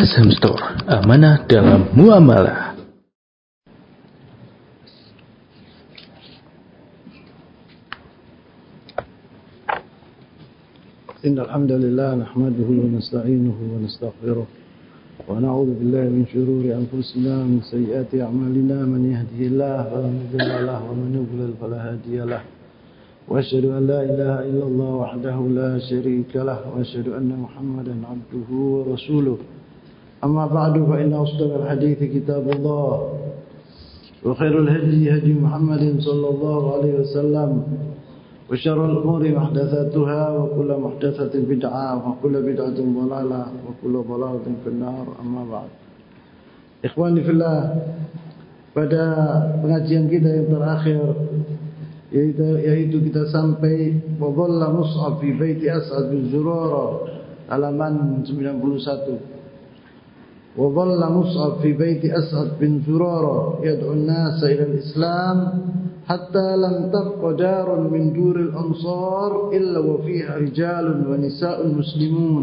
Azham Store, amanah dalam muamalah. Innal hamdalillah nahmaduhu wa nasta'inuhu wa nastaghfiruh wa na'udzu billahi min shururi anfusina wa min sayyiati a'malina man yahdihillahu fala mudilla lahu wa man yudlil fala hadiya lahu wa asyhadu an la ilaha illallah wahdahu la syarika lahu wa asyhadu anna Muhammadan 'abduhu wa rasuluh. Amma ba'du fa inna asdaqal hadithi kitabullah wa khairul hadi hadi Muhammadin sallallahu alaihi wasallam wa syarrul umuri muhdatsatuha wa kullu muhdatsatin bid'ah wa kullu bid'atin dhalalah wa kullu dhalalatin finnar. Amma ba'd. Ikhwani fillah, pada pengajian kita yang terakhir yaitu kita sampai wa dhalla Mus'ab fi baiti As'ad bin Zurarah halaman 91. وظل مصعب في بيت أسعد بن زرارة يدعو الناس إلى الإسلام حتى لم تبق دار من دور الأنصار إلا وفيها رجال ونساء مسلمون.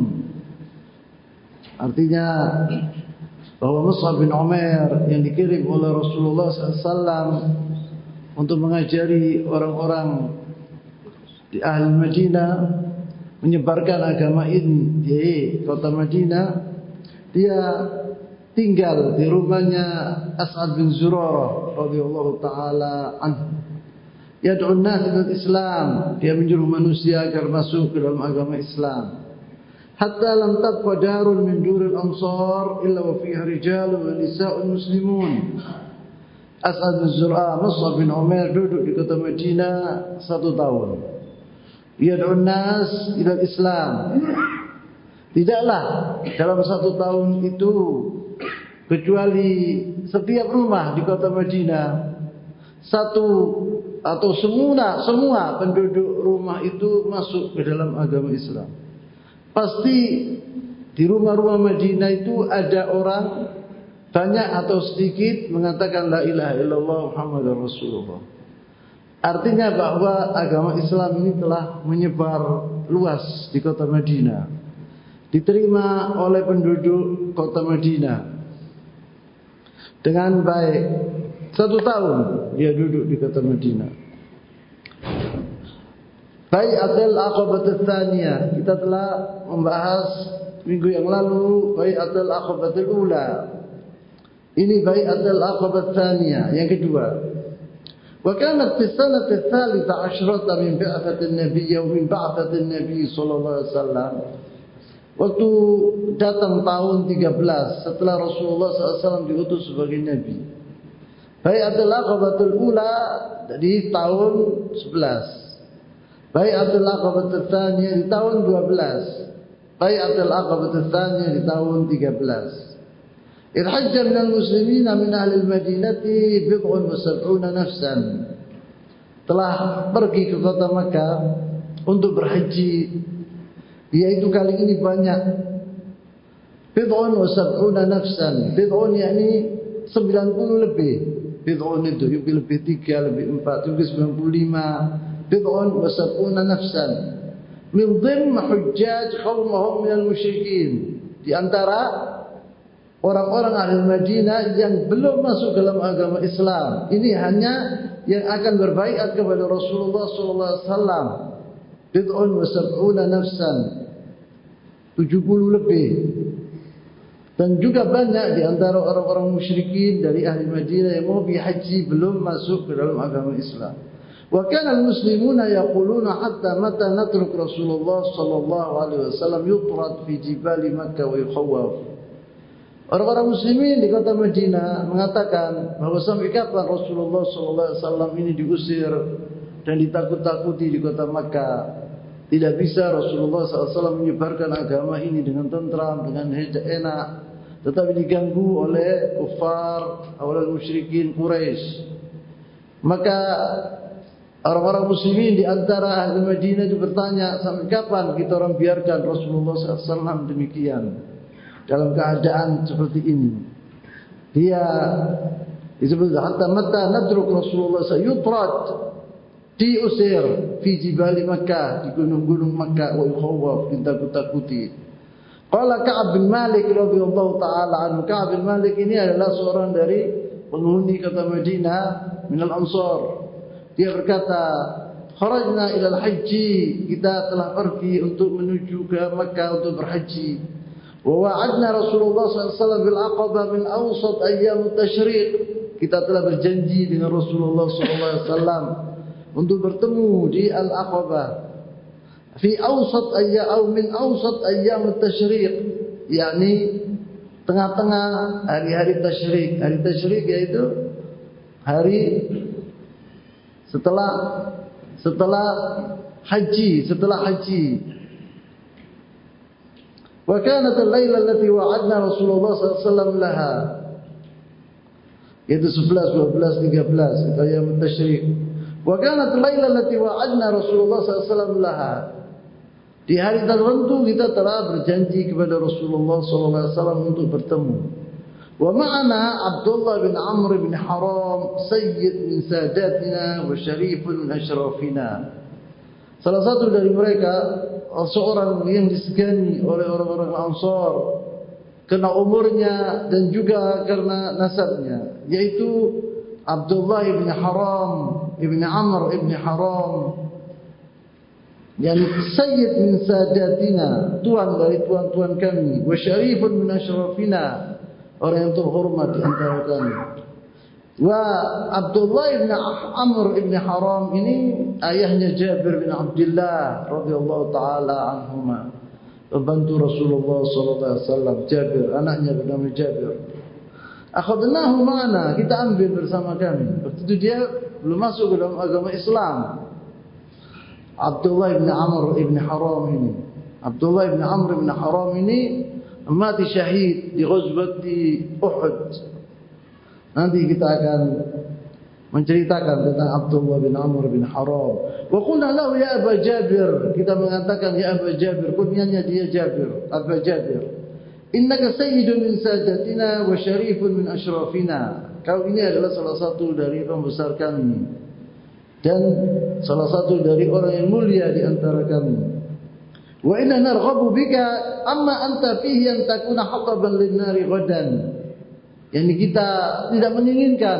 Artinya bahwa Mus'ab bin Umair yang dikirim oleh Rasulullah SAW untuk mengajari orang-orang di ahli Madinah menyebarkan agama ini di kota Madinah, dia tinggal di rumahnya As'ad bin Zurarah radhiyallahu taala anhu. Yad'u an-nas ila Islam, dia menyuruh manusia agar masuk ke dalam agama Islam. Hatta lam tabqa darun min duril ansar illa wa fiha rijalun wa nisa'un muslimun. As'ad bin Zurarah, Mus'ab bin Umair duduk di kota Madinah 1 tahun. Yad'u an-nas ila Islam. Tidaklah dalam 1 tahun itu kecuali setiap rumah di kota Madinah, satu atau semua penduduk rumah itu masuk ke dalam agama Islam. Pasti di rumah-rumah Madinah itu ada orang, banyak atau sedikit, mengatakan la ilaha illallah Muhammadur Rasulullah. Artinya bahwa agama Islam ini telah menyebar luas di kota Madinah, diterima oleh penduduk kota Madinah dengan baik. 1 tahun dia duduk di kota Madinah. Bai'atul Aqabah Tsaniyah, kita telah membahas minggu yang lalu Bai'atul Aqabah Ula. Ini Bai'atul Aqabah Tsaniyah yang kedua. Wa kanat fi sanati tsalitsah asyrata min ba'tsatin nabiy wa min ba'tsatin nabiy sallallahu alaihi wasallam. Waktu datang tahun 13 setelah Rasulullah SAW diutus sebagai Nabi. Bai'atul Aqabatul Ula di tahun 11. Bai'atul Aqabatul Tsaniyah di tahun 12. Bai'atul Aqabatul Tsaniyah di tahun 13. Idh hajja minal muslimina min ahli al-Madinati bid'un wa sab'una nafsan. Telah pergi ke kota Makkah untuk berhaji, yaitu kali ini banyak, bid'un wa sab'una nafsan. Bid'un yakni 90 lebih. Bid'un itu lebih 3, lebih 4, lebih 95. Bid'un wa sab'una nafsan min dhimma hujjaj qaumahum minal musyrikin. Di antara orang-orang ahli Madinah yang belum masuk dalam agama Islam. Ini hanya yang akan berbaiat kepada Rasulullah SAW. Bid'un wa sab'una nafsan, 70 lebih. Dan juga banyak di antara orang-orang musyrikin dari ahli Madinah yang mau haji belum masuk ke dalam agama Islam. Wa kana al-muslimuna yaquluna hatta mata natruk Rasulullah sallallahu alaihi wasallam yutrad fi jibali Makkah wa yukhawwaf. Orang-orang muslimin di kota Madinah mengatakan bahwa sampai kapan Rasulullah sallallahu alaihi wasallam ini diusir dan ditakut-takuti di kota Makkah. Tidak bisa Rasulullah SAW menyebarkan agama ini dengan tentram, dengan enak, tetapi diganggu oleh kufar, oleh musyrikin Quraisy. Maka orang-orang muslimin di antara ahli Madinah itu bertanya, sampai kapan kita orang biarkan Rasulullah SAW demikian, dalam keadaan seperti ini. Dia disebut hatta mata nadruk Rasulullah yutrad, diusir fi jibali Makkah, di gunung-gunung Makkah, wa yukhawwaf, ditakut-takuti. Qala Ka'ab bin Malik radhiyallahu taala anhu. Ka'ab bin Malik ini adalah seorang dari penghuni kota Madinah minal Ansar. Dia berkata, "Kharajna ilal haji." Kita telah pergi untuk menuju ke Makkah untuk berhaji. Wa wa'adna Rasulullah SAW bil Aqabah min awsat ayyam at-tashriq. Kita telah berjanji dengan Rasulullah SAW untuk bertemu di Al-Aqabah. Fi awsat ayyam min awsat ayyam at-tashriq, yakni tengah-tengah hari-hari tasyrik. Hari tasyrik yaitu hari setelah haji. Wa kanat al-laila allati wa'adna Rasulullah sallallahu alaihi wasallam laha, yaitu 11, 12, 13 itu ayyam tasyrik. Wa kanat al-laila allati wa'adna Rasulullah sallallahu alaihi wasallam laha. Di hari tertentu kita telah berjanji kepada Rasulullah SAW untuk bertemu. Wa ma'ana Abdullah bin Amr bin Haram, sayyid min sadatina wa syarifun min asyrafina. Salah satu dari mereka seorang yang disegani oleh orang-orang Ansar karena umurnya dan juga karena nasabnya, yaitu Abdullah bin Haram bin Amr bin Haram, yang sayyid min sadatina, tuan dari tuan-tuan kami, wa syarifun min asyrafina, orang yang terhormat di antara kami. Wa Abdullah bin Amr bin Haram ini ayahnya Jabir bin Abdullah radhiyallahu taala anhuma, pembantu Rasulullah sallallahu alaihi wasallam. Jabir, anaknya bernama Jabir. Akhadnahu ma'ana, kita ambil bersama kami. Waktu itu dia belum masuk ke dalam agama Islam. Abdullah bin Amr bin Haram ini. Abdullah bin Amr bin Haram ini mati syahid di ghazwati Uhud. Nanti kita akan menceritakan tentang Abdullah bin Amr bin Haram. Wa qulna lahu ya Aba Jabir, kita mengatakan ya Aba Jabir, kunyanya dia Jabir, Aba Jabir. Innaka sayyidun min sadatina wa syarifun min asyrafina. Kau ini adalah salah satu dari pembesar kami dan salah satu dari orang yang mulia di antara kami. Wa inna narghabu bika amma anta fihi an takuna hataban lin-nari ghadan. Yani kita tidak menginginkan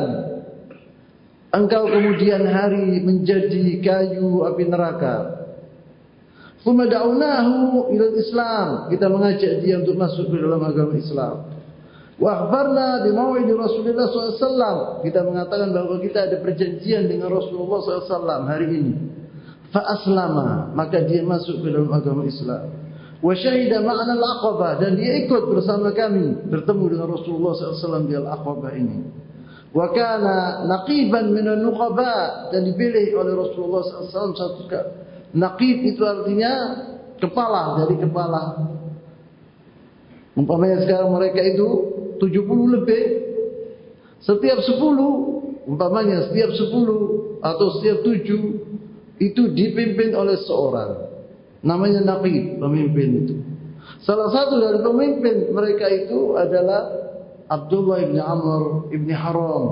engkau kemudian hari menjadi kayu api neraka. Tsumma da'unahu ila Islam, kita mengajak dia untuk masuk ke dalam agama Islam. Wa akhbarna bi mau'id Rasulullah SAW, kita mengatakan bahwa kita ada perjanjian dengan Rasulullah SAW hari ini. Fa aslama, maka dia masuk ke dalam agama Islam. Wa syahida ma'ana al-Aqabah, dan dia ikut bersama kami bertemu dengan Rasulullah SAW di al-Aqabah ini. Wa kana naqiban min an-nuqaba, dan dipilih oleh Rasulullah SAW satu naqib, itu artinya kepala dari kepala. Umpamanya sekarang mereka itu 70 lebih, setiap 10, umpamanya setiap 10 atau setiap 7 itu dipimpin oleh seorang, namanya naqib, pemimpin itu. Salah satu dari pemimpin mereka itu adalah Abdullah bin Amr bin Haram.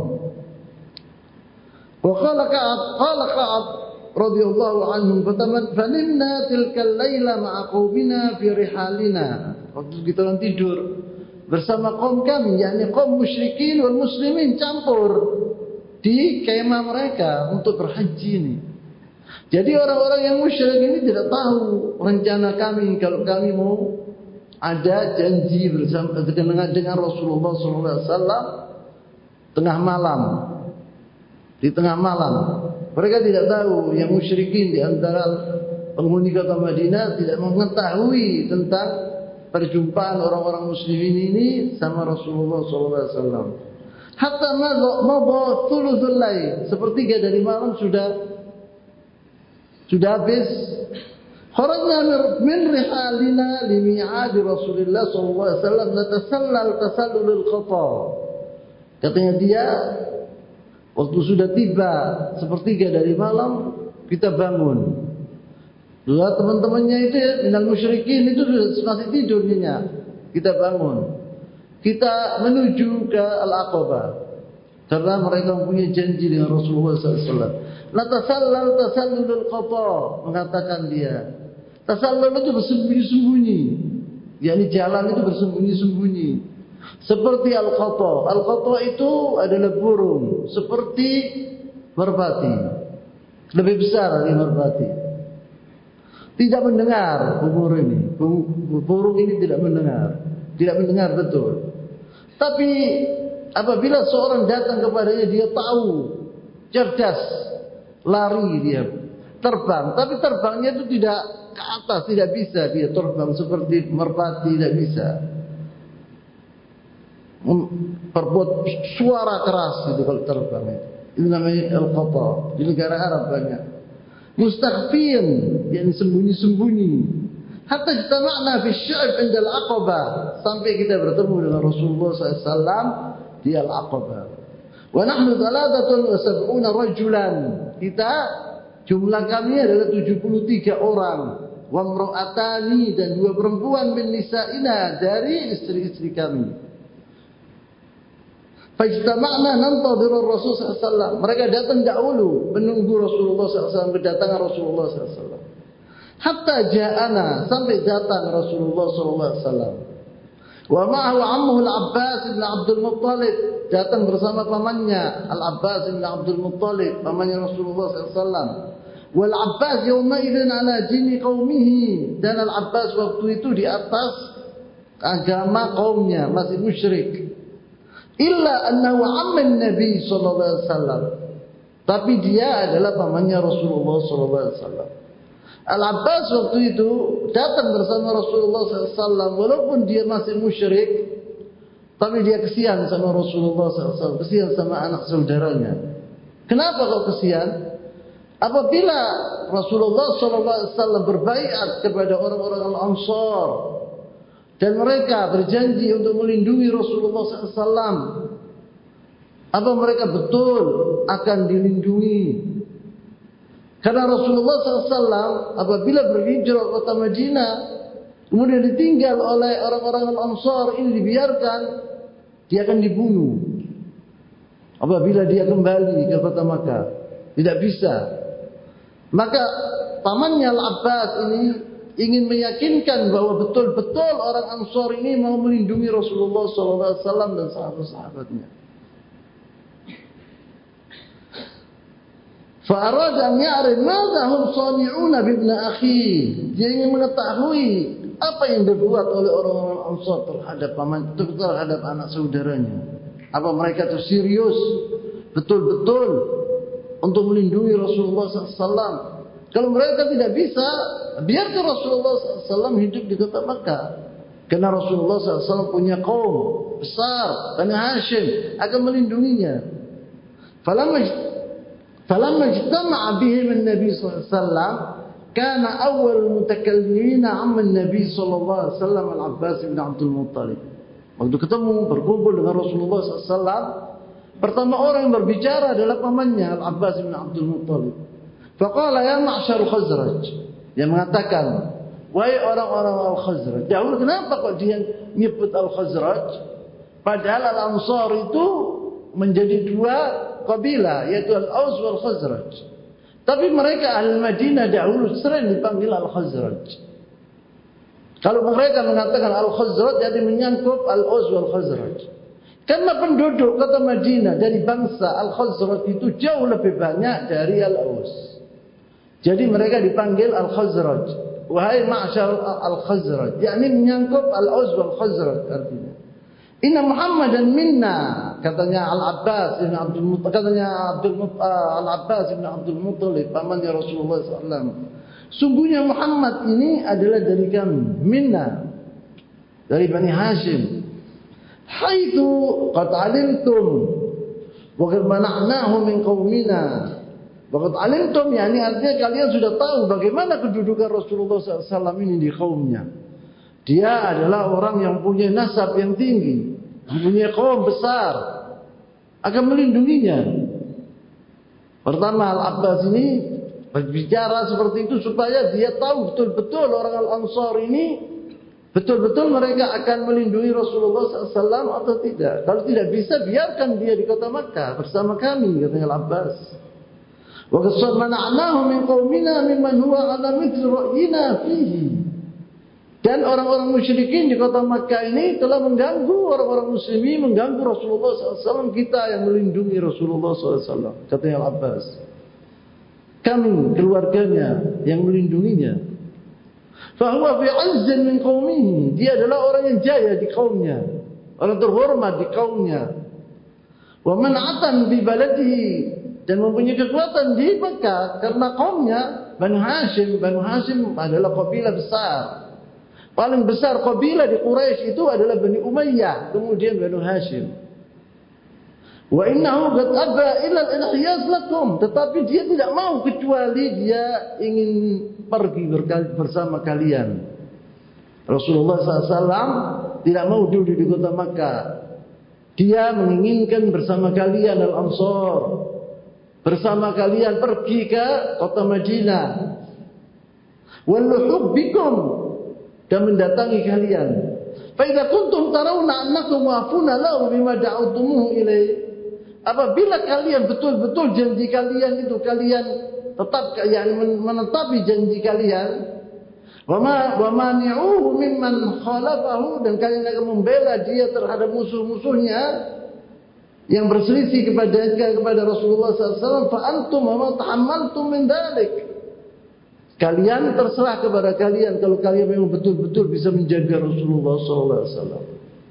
Wa qala Ka'ab radhiyallahu anhu, fanimna tilkal laila ma'a qaumina fi rihalina. Waktu kita orang tidur bersama kaum kami, yakni kaum musyrikin wal muslimin, campur di kemah mereka untuk berhaji ini. Jadi orang-orang yang musyrik ini tidak tahu rencana kami kalau kami mau ada janji bersama dengan Rasulullah SAW tengah malam, di tengah malam. Mereka tidak tahu, yang musyrikin di antara penghuni kota Madinah tidak mengetahui tentang perjumpaan orang-orang muslimin ini sama Rasulullah SAW. Hatta madha thuluthul lail, sepertiga dari malam sudah habis. Kharajna min rihalina li mi'ad Rasulullah sallallahu alaihi wasallam natasallal tasallulul khata. Katanya dia, waktu sudah tiba sepertiga dari malam, kita bangun. Dua teman-temannya itu minal musyrikin itu masih tidur nyenyak. Kita bangun. Kita menuju ke Al-Aqabah karena mereka mempunyai janji dengan Rasulullah SAW. La tasallal tasallulul qata, mengatakan dia. Tasallul itu bersembunyi-sembunyi. yakni jalan itu bersembunyi-sembunyi. Seperti al-khata. Al-khata itu adalah burung, seperti merpati. Lebih besar dari merpati. Tidak mendengar burung ini. Burung ini tidak mendengar. Tidak mendengar betul. Tapi apabila seorang datang kepadanya, dia tahu, cerdas, lari dia, terbang. Tapi terbangnya itu tidak ke atas, tidak bisa dia terbang seperti merpati, tidak bisa. Berbuat suara keras itu kalau terbang itu. Itu namanya al-qata. Di negara Arab banyak. Mustakhfin, yang sembunyi-sembunyi. Hatta ijtama'na fi sya'b 'inda al-Aqabah, sampai kita bertemu dengan Rasulullah SAW di al-Aqabah. Wa nahnu 73 rajulan. Kita jumlah kami adalah 73 orang. Wa imra'atani, dan 2 perempuan min nisa'ina, dari istri-istri kami. Fajtama'na nantadhiru Rasul SAW. Mereka datang dahulu menunggu Rasulullah SAW, kedatangan Rasulullah SAW. Hatta ja'ana, sampai datang Rasulullah SAW. Wa ma'ahu ammuhu al-Abbas ibn Abdul Muttalib, datang bersama pamannya Al-Abbas ibn Abdul Muttalib, pamannya Rasulullah SAW. Wal Abbas yawma idzin ala dini qaumihi, dan Al-Abbas waktu itu di atas agama kaumnya, masih musyrik. Illa annahu amman Nabi sallallahu alaihi wasallam, tapi dia adalah pamannya Rasulullah sallallahu alaihi wasallam. Al-Abbas waktu itu datang bersama Rasulullah SAW, walaupun dia masih musyrik, tapi dia kesian sama Rasulullah SAW, kesian sama anak saudaranya. Kenapa kok kesian? Apabila Rasulullah SAW berbaiat kepada orang-orang Al-Ansar, dan mereka berjanji untuk melindungi Rasulullah SAW, apa mereka betul akan dilindungi? Karena Rasulullah SAW apabila berhijrah ke kota Madinah, kemudian ditinggal oleh orang-orang Al-Ansar, ini dibiarkan, dia akan dibunuh. Apabila dia kembali ke kota Makkah, tidak bisa. Maka pamannya Al-Abbas ini ingin meyakinkan bahwa betul-betul orang Ansar ini mau melindungi Rasulullah SAW dan sahabat-sahabatnya. Fa'arad an ya'rif madza hum sani'una bi ibn akhi. Dia ingin mengetahui apa yang dibuat oleh orang-orang Ansar terhadap paman, terhadap anak saudaranya. Apa mereka itu serius betul-betul untuk melindungi Rasulullah SAW? Kalau mereka tidak bisa, biarkan Rasulullah SAW hidup di kota Makkah. Karena Rasulullah SAW punya kaum besar, Bani Hashim, akan melindunginya. Falamma ijtama'a bihim an-nabi sallallahu alaihi wasallam, kana awwal mutakallimin 'amma an-nabi sallallahu alaihi wasallam Al-Abbas bin Abdul Muttalib. Waktu ketemu berkumpul dengan Rasulullah SAW, pertama orang yang berbicara adalah pamannya Al-Abbas bin Abdul Muttalib. Faqala ya ma'syar Khazraj, dia mengatakan, wahai orang-orang Al-Khazraj. Dahulu kenapa kok dia nyebut Al-Khazraj? Padahal Al-Ansar itu menjadi 2 kabilah, yaitu Al-Aus wal Khazraj. Tapi mereka ahli Madinah dahulu sering dipanggil Al-Khazraj. Kalau mereka mengatakan Al-Khazraj, jadi menyangkut Al-Aus wal Khazraj. Karena penduduk kota Madinah dari bangsa Al-Khazraj itu jauh lebih banyak dari Al-Aus. Jadi mereka dipanggil Al-Khazraj. Wahai ma'syar Al-Khazraj, yakni menyangkut Al-Aus wal Khazraj artinya. Inna Muhammadan minna, katanya Al-Abbas bin Abdul Muttalib, katanya Al-Abbas bin Abdul Muttalib, pamannya Rasulullah SAW. Sungguhnya Muhammad ini adalah dari kami, minna, dari Bani Hashim. Haitsu qad alimtum wa qad mana'nahu min qaumina. Wa qad alimtum, yakni artinya kalian sudah tahu bagaimana kedudukan Rasulullah SAW ini di kaumnya. Dia adalah orang yang punya nasab yang tinggi, mempunyai kaum besar, akan melindunginya. Pertama Al-Abbas ini berbicara seperti itu supaya dia tahu betul-betul orang Al-Ansar ini betul-betul mereka akan melindungi Rasulullah SAW atau tidak. Kalau tidak bisa, biarkan dia di kota Makkah bersama kami, katanya Al-Abbas. Wa qad mana'nahu min qaumina mimman huwa ala mithli ra'yina fihi. Dan orang-orang musyrikin di kota Makkah ini telah mengganggu orang-orang muslimin, mengganggu Rasulullah SAW. Kita yang melindungi Rasulullah SAW. Katanya Al-Abbas. Kami, keluarganya, yang melindunginya. Fahuwa fi 'azzin min qaumihi. Dia adalah orang yang jaya di kaumnya. Orang terhormat di kaumnya. Wa man'atan bi baladihi. Dan mempunyai kekuatan di Makkah. Karena kaumnya, Banu Hashim. Banu Hashim adalah kabilah besar. Paling besar kabilah di Quraisy itu adalah Bani Umayyah, kemudian Banu Hashim. Wa innahu qad aba ila al-ihyaz lakum, tetapi dia tidak mau kecuali dia ingin pergi bersama kalian. Rasulullah SAW tidak mau duduk di kota Makkah. Dia menginginkan bersama kalian Al-Ansar, bersama kalian pergi ke kota Madinah. Wal luhub bikum, dan mendatangi kalian. Fa idza kuntum tarawna annakum wafuna lahu bima da'awtumuhu ilaihi. Apabila kalian betul-betul janji kalian itu kalian tetap menetapi janji kalian, wa mani'uhu mimman khalafahu, dan kalian akan membela dia terhadap musuh-musuhnya yang berselisih kepada Rasulullah SAW, fa antum ma tahammaltum min dzalik. Kalian terserah kepada kalian kalau kalian memang betul-betul bisa menjaga Rasulullah SAW.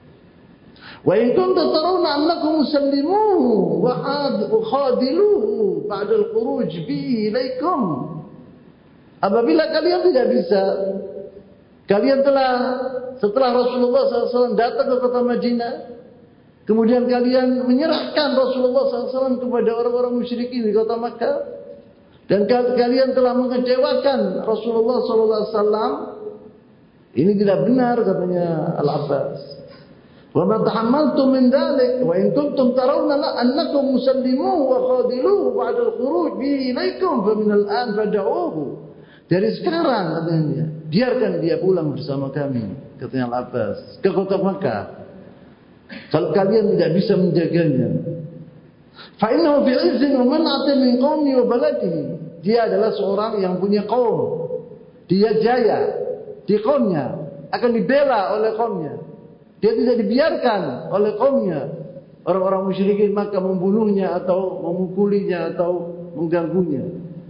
Wa in kuntum tarawna annakum musallimuhu wa khadiluhu ba'da al-khuruj bi ilaikum. Apabila kalian tidak bisa, kalian telah setelah Rasulullah SAW datang ke kota Madinah, kemudian kalian menyerahkan Rasulullah SAW kepada orang-orang musyrikin di kota Makkah, dan kalian telah mengecewakan Rasulullah SAW. Ini tidak benar, katanya Al-Abbas. Wa ma tahammaltum min dzalik wa in kuntum tarawna annakum musallimuhu wa khadiluhu ba'da al-khuruj bi ilaikum fa min al-an fad'uhu. Dari sekarang, katanya, biarkan dia pulang bersama kami, katanya Al-Abbas, ke kota Makkah. Kalau kalian tidak bisa menjaganya. Fa innahu fi 'izzin wa man'atin min qaumi wa baladihi. Dia adalah seorang yang punya kaum. Dia jaya di kaumnya, akan dibela oleh kaumnya. Dia tidak dibiarkan oleh kaumnya, orang-orang musyrikin maka membunuhnya atau memukulinya atau mengganggunya.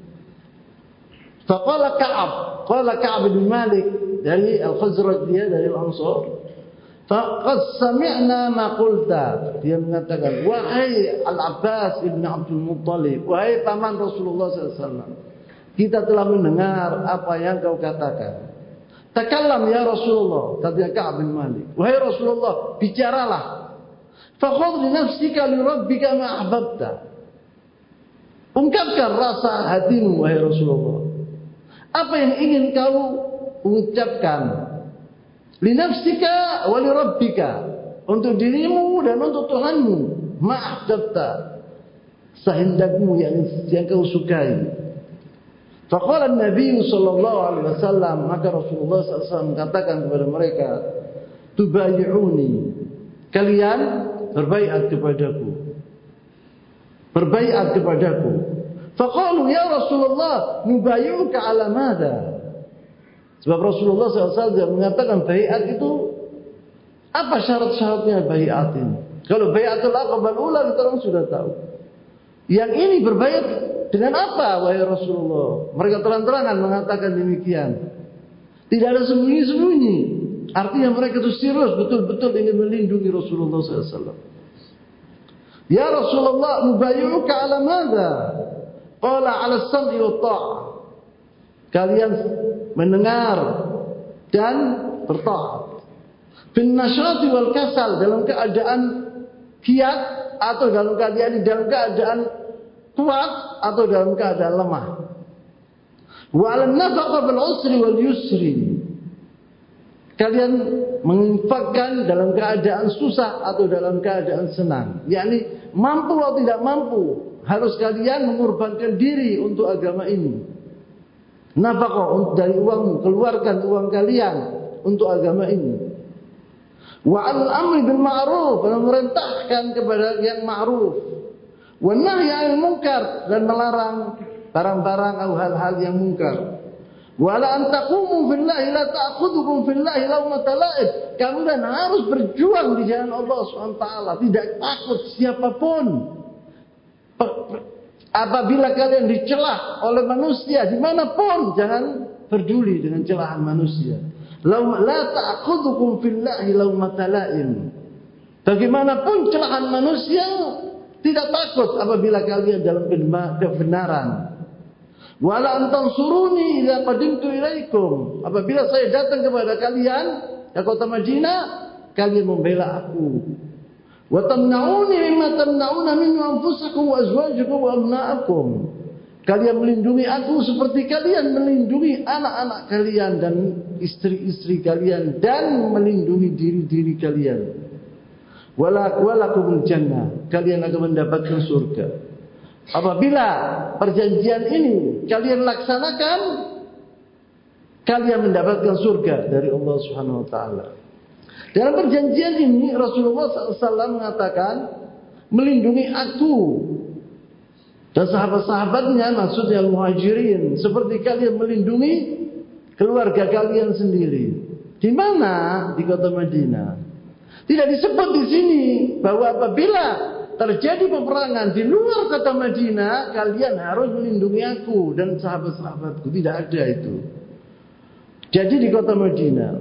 Faqala Ka'ab bin Malik dari Al-Khazraj, dia dari Al-Ansar. Faqad sami'na ma qulta. Dia mengatakan, wahai Al-Abbas ibn Abdul Muttalib, wahai paman Rasulullah SAW, kita telah mendengar apa yang kau katakan. Takallam ya Rasulullah, kata Ka'ab bin Malik. Wahai Rasulullah, bicaralah. Fakhudh li nafsika li rabbika ma ahbabta. Ungkapkan rasa hatimu, wahai Rasulullah. Apa yang ingin kau ucapkan? Li nafsika wa li rabbika, untuk dirimu dan untuk Tuhanmu. Ma ahbabta, sehendakmu yang kau sukai. Faqala Nabi sallallahu alaihi wasallam, maka Rasulullah SAW mengatakan kepada mereka, tubayi'uni, kalian berbaiat kepadaku. Berbaiat kepadaku. Faqalu ya Rasulullah, nubayi'uka ala madza? Sebab Rasulullah SAW mengatakan baiat itu apa syarat-syaratnya baiat ini? Kalau baiatul aqabah ula kita orang sudah tahu. Yang ini berbaiat dengan apa, wahai Rasulullah? Mereka terang-terangan mengatakan demikian. Tidak ada sembunyi-sembunyi. Artinya mereka itu serius, betul-betul ingin melindungi Rasulullah SAW. Ya Rasulullah, nubayyuka ala madza? Qala ala sam'i wa ta'ah. Kalian mendengar dan bertaat. Fin nasyati wal kasal, dalam keadaan kiat atau dalam keadaan kuat atau dalam keadaan lemah. Wa 'alan nafaqah bil 'usri wal yusri. Kalian menginfakkan dalam keadaan susah atau dalam keadaan senang. Yakni mampu atau tidak mampu, harus kalian mengorbankan diri untuk agama ini. Nafaqah dari uangmu, keluarkan uang kalian untuk agama ini. Wa 'alal amri bil ma'ruf, memerintahkan kepada yang ma'ruf. Wa nahyi 'anil munkar, dan melarang barang-barang atau hal-hal yang munkar. Wala antaqumu fillahi la ta'khudhukum fillahi lawmata la'ib. Kalian harus berjuang di jalan Allah SWT, tidak takut siapapun. Apabila kalian dicelah oleh manusia dimanapun, jangan peduli dengan celahan manusia. La ta'khudhukum fillahi lawmata la'im. Bagaimanapun celahan manusia, tidak takut apabila kalian dalam kebenaran. Wala antansuruni idza qadimtu ilaikum. Apabila saya datang kepada kalian ke kota Madinah, kalian membela aku. Wa tamna'uni mimma tamna'una min anfusakum wa azwajikum wa abna'akum. Kalian melindungi aku seperti kalian melindungi anak-anak kalian dan istri-istri kalian dan melindungi diri-diri kalian. Walakumul jannah. Kalian akan mendapatkan surga. Apabila perjanjian ini kalian laksanakan, kalian mendapatkan surga dari Allah Subhanahu wa taala. Dalam perjanjian ini Rasulullah SAW mengatakan melindungi aku dan sahabat-sahabatnya, maksudnya Muhajirin, seperti kalian melindungi keluarga kalian sendiri. Di mana? Di kota Madinah. Tidak disebut di sini bahwa apabila terjadi peperangan di luar kota Madinah, kalian harus melindungi aku dan sahabat-sahabatku. Tidak ada itu. Jadi di kota Madinah,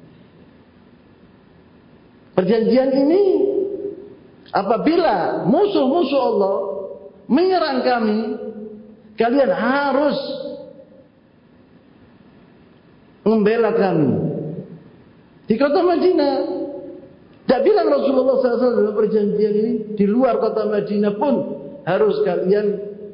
perjanjian ini, apabila musuh-musuh Allah menyerang kami, kalian harus membela kami. Di kota Madinah. Tidak bilang Rasulullah SAW dalam perjanjian ini di luar kota Madinah pun harus kalian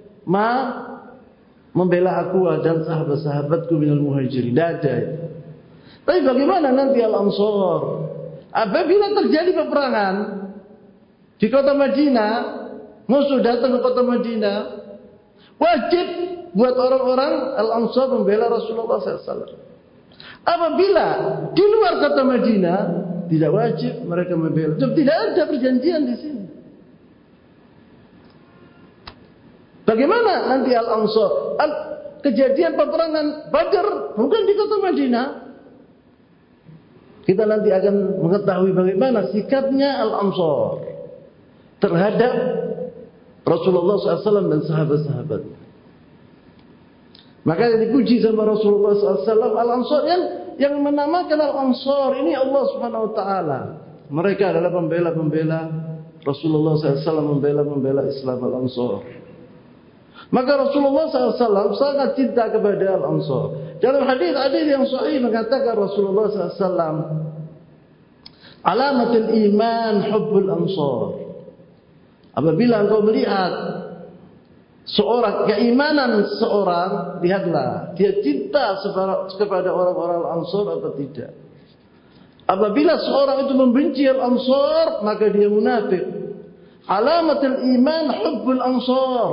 membela aku dan sahabat-sahabatku minal muhajirin. Tidak ada. Tapi bagaimana nanti Al-Ansar? Apabila terjadi peperangan di kota Madinah, musuh datang ke kota Madinah, wajib buat orang-orang Al-Ansar membela Rasulullah SAW. Apabila di luar kota Madinah, tidak wajib mereka membela. Tidak ada perjanjian di sini. Bagaimana nanti Al-Ansar? Kejadian peperangan Badar bukan di kota Madinah. Kita nanti akan mengetahui bagaimana sikapnya Al-Ansar terhadap Rasulullah SAW dan sahabat-sahabatnya. Maka yang dipuji sama Rasulullah SAW, Al-Ansar yang menamakan Al-Ansar ini Allah Subhanahu Wa Taala. Mereka adalah pembela-pembela Rasulullah SAW, membela Islam Al-Ansar. Maka Rasulullah SAW sangat cinta kepada Al-Ansar. Dalam hadis yang sahih mengatakan Rasulullah SAW, alamatul iman hubbul ansar. Apabila engkau melihat keimanan seorang, lihatlah dia cinta kepada orang-orang Al-Ansar atau tidak. Apabila seorang itu membenci Al-Ansar, maka dia munafik. Alamatul iman hubbul ansar.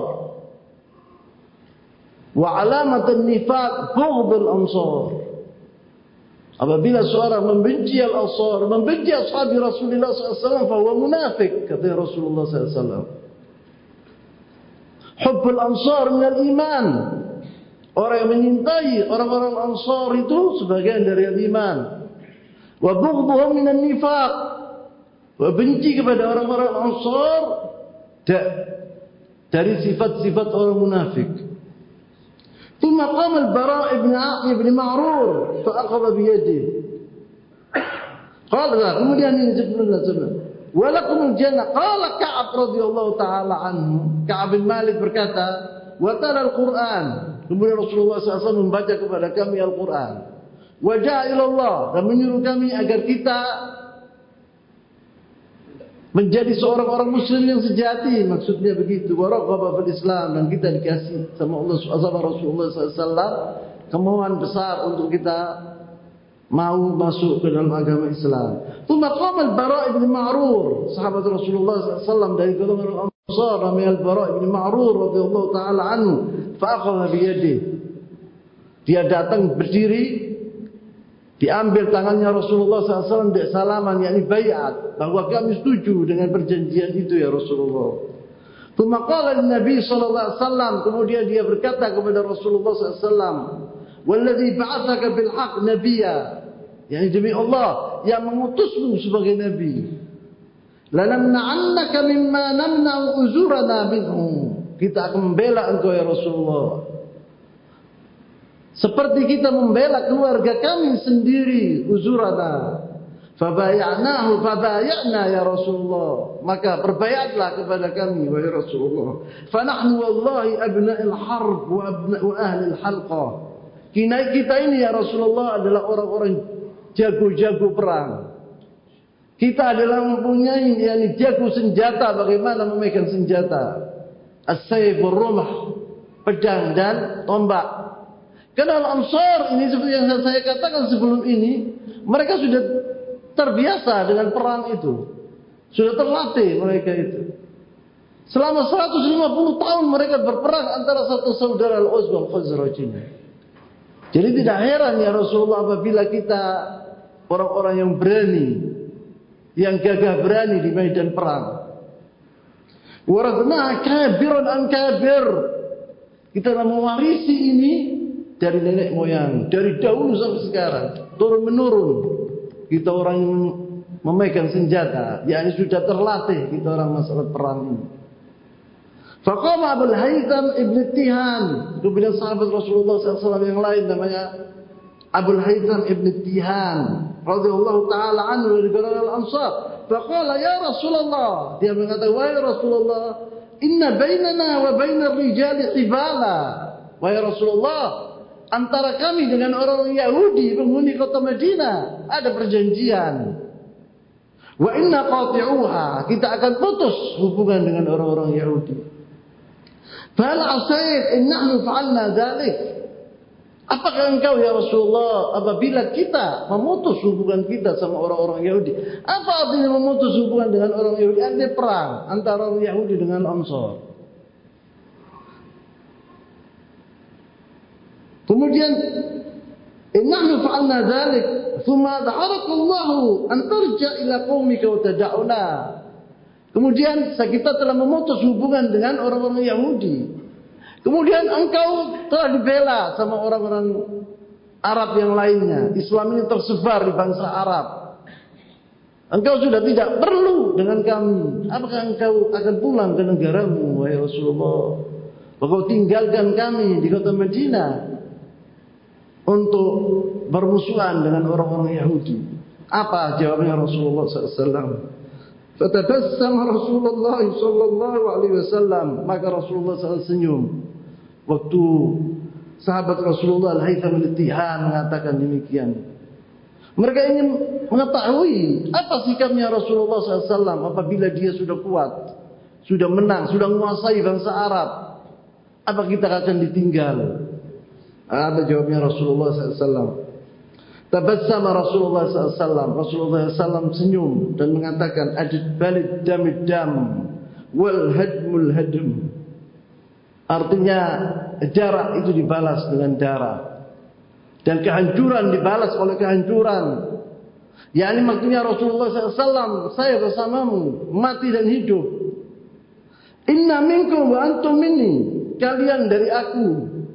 Wa alamatul nifaq bughdul ansar. Apabila seorang membenci Al-Ansar, membenci ashab Rasulullah SAW, fahuwa munafik, kata Rasulullah SAW. Hubbul ansar minal iman. Orang yang menyintai orang-orang Ansar itu sebagian dari iman. Wa bughdhuhum minan nifaq. Wa benci kepada orang-orang Ansar dari sifat-sifat orang munafik. Thumma qama al-Bara' ibn Ma'rur fa akhadha bi yadihi. Qala, kemudian ini sebelumnya walakumul jannah. Qala Ka'ab radhiyallahu taala anhu. Ka'ab bin Malik berkata, wa tala al-Qur'an. Kemudian Rasulullah SAW membaca kepada kami Al-Qur'an. Wa ja'a ilallah, dan menyuruh kami agar kita menjadi seorang orang muslim yang sejati. Maksudnya begitu. Wa raghaba fil Islam, dan kita dikasih sama Allah sama Rasulullah SAW kemauan besar untuk kita mau masuk ke dalam agama Islam. Tsumma qama al-Bara' ibn Ma'rur, sahabat Rasulullah SAW dari golongan Ansar, namanya al-Bara' ibn Ma'rur radhiyallahu taala anhu, fa akhadha bi yadihi. Dia datang berdiri, diambil tangannya Rasulullah SAW, dia salaman, yakni baiat, bahwa kami setuju dengan perjanjian itu ya Rasulullah. Tsumma qala an-Nabi sallallahu alaihi wasallam, kemudian dia berkata kepada Rasulullah SAW, Walladzi ba'atsaka bil haqq nabiyya. Yani demi Allah yang mengutusmu sebagai nabi. Lanamna'annaka mimma namna'u uzurana minhu. Kita akan membela engkau ya Rasulullah. Seperti kita membela keluarga kami sendiri, uzurana. Fabaya'nahu fabaya'na ya Rasulullah. Maka berbayatlah kepada kami wahai Rasulullah. Fanahnu wallahi abna'il harb wa ahli al-halqah. Kita ini ya Rasulullah adalah orang-orang jago-jago perang. Kita adalah mempunyai jago senjata, bagaimana memegang senjata. As-sayf wal-rumah, pedang dan tombak. Karena Al-Ansar ini seperti yang saya katakan sebelum ini, mereka sudah terbiasa dengan perang itu. Sudah terlatih mereka itu. Selama 150 tahun mereka berperang antara satu saudara Al-Aus dan Khazraj ini. Jadi tidak heran ya Rasulullah apabila kita orang-orang yang berani, yang gagah berani di medan perang. Warathna kabiran an kabir. Kita mewarisi ini dari nenek moyang, dari dahulu sampai sekarang, turun menurun. Kita orang yang memegang senjata, yakni sudah terlatih kita orang masalah perang ini. Faqama Abul Haytham Ibn Tihan, kemudian sahabat Rasulullah SAW yang lain namanya Abul Haytham Ibn Tihan, radhiyallahu taala anhu dari kalangan Al-Ansar. Faqala ya Rasulullah, dia mengatakan wahai Rasulullah, inna bainana wa bainar rijali qibala. Wahai Rasulullah, antara kami dengan orang Yahudi penghuni kota Madinah ada perjanjian. Wa inna qati'uha, kita akan putus hubungan dengan orang-orang Yahudi. Fahal asayid in nahnu fa'alna dzalik? Apakah engkau ya Rasulullah apabila kita memutus hubungan kita sama orang-orang Yahudi? Apa artinya memutus hubungan dengan orang Yahudi? Artinya perang antara orang Yahudi dengan Ansar. Kemudian innahnu fa'alna dzalik thumma da'araka Allah an tarja ila qaumika wa tad'una. Kemudian kita telah memutus hubungan dengan orang-orang Yahudi. Kemudian engkau telah dibela sama orang-orang Arab yang lainnya. Islam ini tersebar di bangsa Arab. Engkau sudah tidak perlu dengan kami. Apakah engkau akan pulang ke negaramu wahai Rasulullah? Engkau tinggalkan kami di kota Madinah untuk bermusuhan dengan orang-orang Yahudi. Apa jawabnya Rasulullah SAW? Fatabassama Rasulullah sallallahu alaihi wasallam, maka Rasulullah SAW senyum. Waktu sahabat Rasulullah Al-Haytham Al-Tihan mengatakan demikian. Mereka ingin mengetahui apa sikapnya Rasulullah SAW apabila dia sudah kuat, sudah menang, sudah menguasai bangsa Arab. Apa kita akan ditinggal? Apa jawabnya Rasulullah SAW? Tabassama Rasulullah SAW. Rasulullah SAW senyum dan mengatakan, Ajid balid damid dam wal hadmul hadm. Artinya darah itu dibalas dengan darah dan kehancuran dibalas oleh kehancuran. Yani maksudnya Rasulullah SAW, saya bersamamu, mati dan hidup. Inna minkum wa antum minni. Kalian dari aku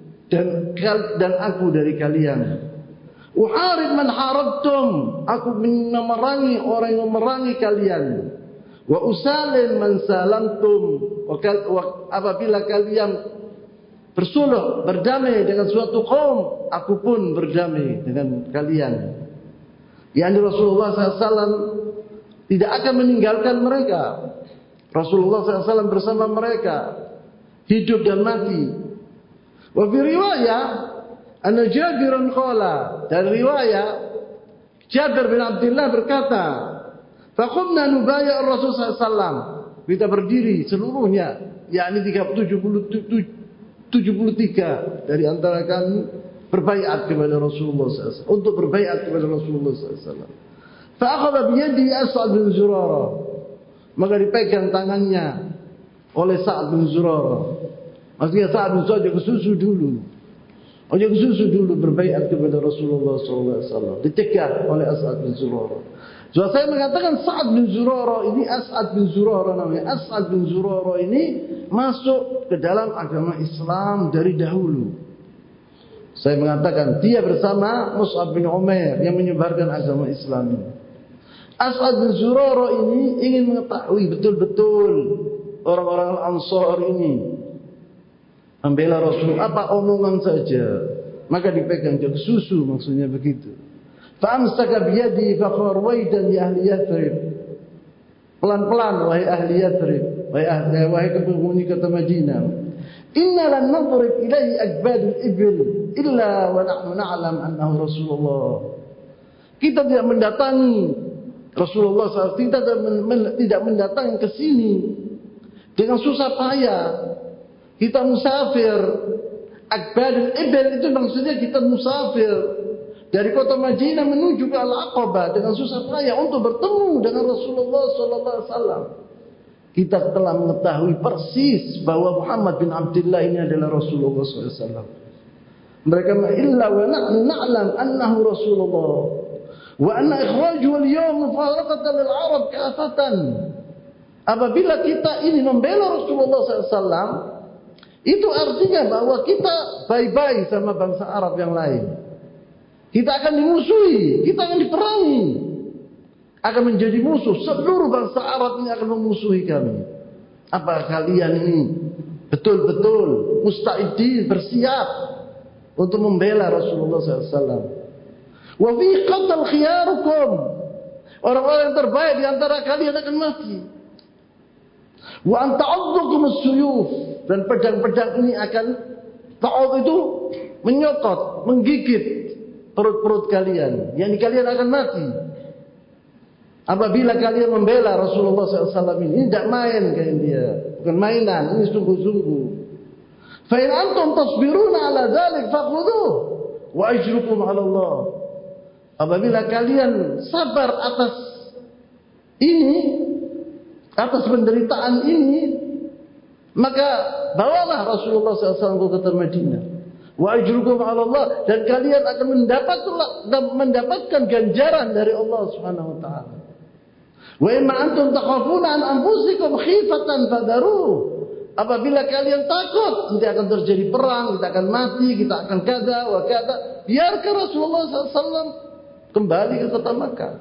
dan aku dari kalian. Uharib man harabtum, aku memerangi orang yang memerangi kalian. Wa usalim man salamtum, apabila kalian bersuluh, berdamai dengan suatu kaum, aku pun berdamai dengan kalian. Yani Rasulullah SAW tidak akan meninggalkan mereka. Rasulullah SAW bersama mereka, hidup dan mati. Wa fi riwayah anna Jabir qala, dan riwayat Jabir bin Abdullah berkata, faqumna nubaya' Rasul sallallahu alaihi wasallam, kita berdiri seluruhnya, yakni 73 dari antara kami berbaiat kepada Rasulullah SAW, untuk berbaiat kepada Rasulullah SAW. Fa'akhadha biyadi As'ad bin Zurarah, maka dipegang tangannya oleh Sa'ad bin Zurarah. Maksudnya Sa'ad bin Zurarah kesusu dulu. Jangan susu dulu berbaiat kepada Rasulullah SAW. Dicegah oleh As'ad bin Zurarah. So, saya mengatakan Sa'ad bin Zurarah ini, As'ad bin Zurarah namanya. As'ad bin Zurarah ini masuk ke dalam agama Islam dari dahulu. Saya mengatakan dia bersama Mus'ab bin Umair yang menyebarkan agama Islam ini. As'ad bin Zurarah ini ingin mengetahui betul-betul orang-orang Ansar ini membela Rasul apa omongan saja, maka dipegang jadi susu, maksudnya begitu. Fa'amsaka biyadi faqala waidan ya ahli Yathrib. Pelan-pelan wahai ahli Yathrib, wahai penghuni kota Madinah. Inna lan nadrib ilaihi akbadul ibil illa wa nahnu na'lam annahu Rasulullah. Kita tidak mendatangi Rasulullah SAW, kita tidak mendatangi ke sini dengan susah payah. Kita musafir. Akbadul ibil itu maksudnya kita musafir dari kota Madinah menuju ke Al-Aqabah dengan susah payah untuk bertemu dengan Rasulullah SAW. Kita telah mengetahui persis bahwa Muhammad bin Abdullah ini adalah Rasulullah SAW. Mereka illa wa nahnu na'lam annahu Rasulullah wa anna ikhrajuhu al-yawm mufaraqatan lil Arab kafatan. Apabila kita ini membela Rasulullah SAW, itu artinya bahwa kita bye-bye sama bangsa Arab yang lain. Kita akan dimusuhi, kita akan diperangi, akan menjadi musuh. Seluruh bangsa Arab ini akan memusuhi kami. Apa kalian ini betul-betul musta'idin, bersiap untuk membela Rasulullah SAW? Wa fi qatal khiyarukum, orang-orang yang terbaik di antara kalian akan mati. Wa an ta'addukum as-suyuf, dan pedang-pedang ini akan ta'ad itu menyokot, menggigit perut-perut kalian, yakni kalian akan mati apabila kalian membela Rasulullah SAW ini. Tidak main kayak dia, bukan mainan, ini sungguh-sungguh. Fa in antum tasbiruna ala dzalik faqudhu wa ajrukum ala Allah. Apabila kalian sabar atas ini, atas penderitaan ini, maka bawalah Rasulullah SAW ke kota Madinah. Wa ajrukum 'ala Allah, dan kalian akan mendapatkan ganjaran dari Allah Subhanahu wa taala. Wa imma antum takhafuna an anfusikum khifatan fadaru. Apabila kalian takut nanti akan terjadi perang, kita akan mati, kita akan kada wa kada, biarkan Rasulullah SAW kembali ke kota Makkah.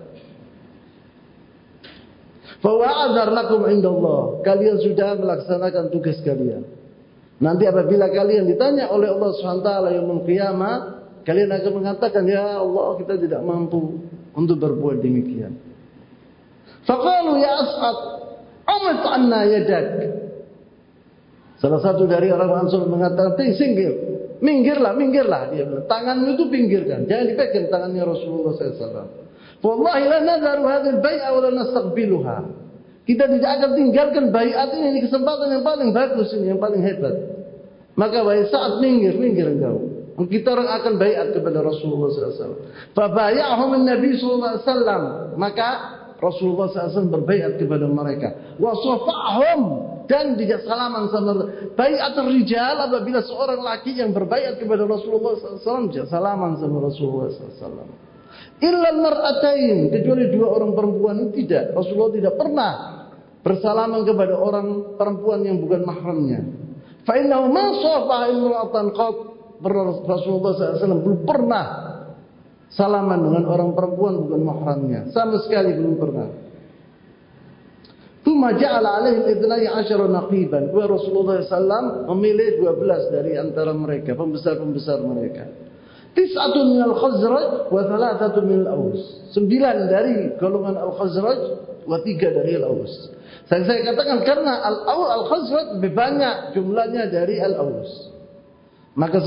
Fa wa'adar lakum indallah, kalian sudah melaksanakan tugas kalian. Nanti apabila kalian ditanya oleh Allah SWT yaumul qiyamah, kalian akan mengatakan, ya Allah, kita tidak mampu untuk berbuat demikian. Faqalu ya As'ad, amit anna yadak. Salah satu dari orang Ansar mengatakan, minggirlah. Dia bilang, tanganmu itu pinggirkan, jangan dipegang tangannya Rasulullah SAW. Wallahi la nadharu hadhihi al-bai'a wa la nastaqbiluha. Kita tidak akan tinggalkan baiat ini kesempatan yang paling bagus ini, yang paling hebat. Maka wahai Sa'ad, minggir engkau. Kita orang akan baiat kepada Rasulullah SAW. Fabaya'ahum an-Nabi SAW. Maka Rasulullah SAW berbaiat kepada mereka. Wa safa'hum, dan tidak salaman sama baiat rijal. Apabila seorang laki yang berbaiat kepada Rasulullah SAW, tidak salaman sama Rasulullah SAW. Illa al-mar'atain, kecuali dua orang perempuan ini tidak. Rasulullah tidak pernah bersalaman kepada orang perempuan yang bukan mahramnya. Fa innahu ma safaha imra'atan qat. Rasulullah SAW belum pernah salaman dengan orang perempuan bukan mahramnya, sama sekali belum pernah. Tsumma ja'ala alaihim 12 naqiban. Rasulullah SAW memilih 12 dari antara mereka, pembesar-pembesar mereka. 9 minal Khazraj wa 3 minal Aus. 9 dari golongan Al-Khazraj wa 3 dari Al-Aus. Saya katakan karena Al-Khazraj lebih banyak jumlahnya dari Al-Aus. Maka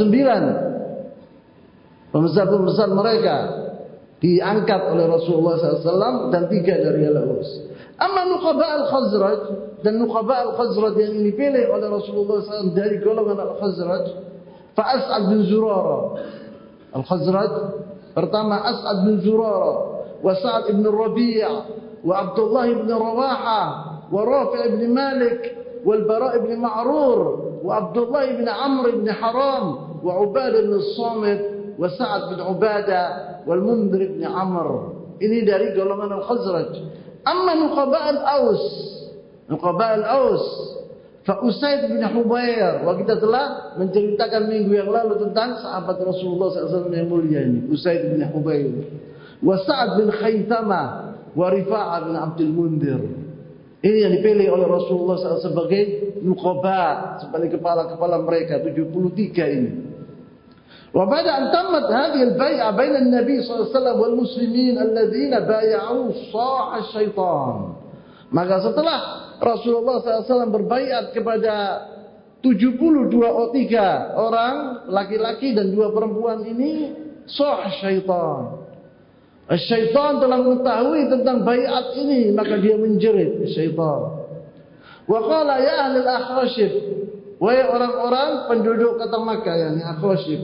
9 pembesar-pembesar mereka diangkat oleh Rasulullah SAW dan 3 dari Al-Aus. Amma nuqaba Al-Khazraj, dan nuqaba Al-Khazraj yang dipilih oleh Rasulullah SAW dari golongan Al-Khazraj, fa As'ad bin Zurarah. Al-Khazraj pertama As'ad bin Zurarah, wa Sa'ad bin Rabi', wa Abdullah bin Rawahah, wa Rafi' bin Malik, wal Bara' bin Ma'rur, wa Abdullah bin Amr bin Haram, wa Ubadah bin Samit, wa Sa'ad bin Ubadah, wal Mundhir bin Amr. Ini dari golongan Al-Khazraj. Amma nuqaba Al-Aus, Fa Usaid bin Hubair, kita telah menceritakan minggu yang lalu tentang sahabat Rasulullah SAW yang mulia ini, Usaid bin Hubair. Wa Sa'ad bin Khaythama wa Rifa'ah bin Abdul Mundir. Ini yang dipilih oleh Rasulullah SAW sebagai nuqaba, sebagai kepala-kepala mereka 73 ini. Wa ba'da an tammat hadhihi al-bay'ah baina an-nabi sallallahu alaihi wasallam wal muslimin alladziina bay'u sa'a syaitan. Maka setelah Rasulullah SAW berbaiat kepada 72 orang laki-laki dan 2 perempuan ini, sah syaitan. Syaitan telah mengetahui tentang baiat ini, maka dia menjerit syaitan. Wa qala ya ahli al-akhashib, wahai orang-orang penduduk kota Makkah, yakni akhashib.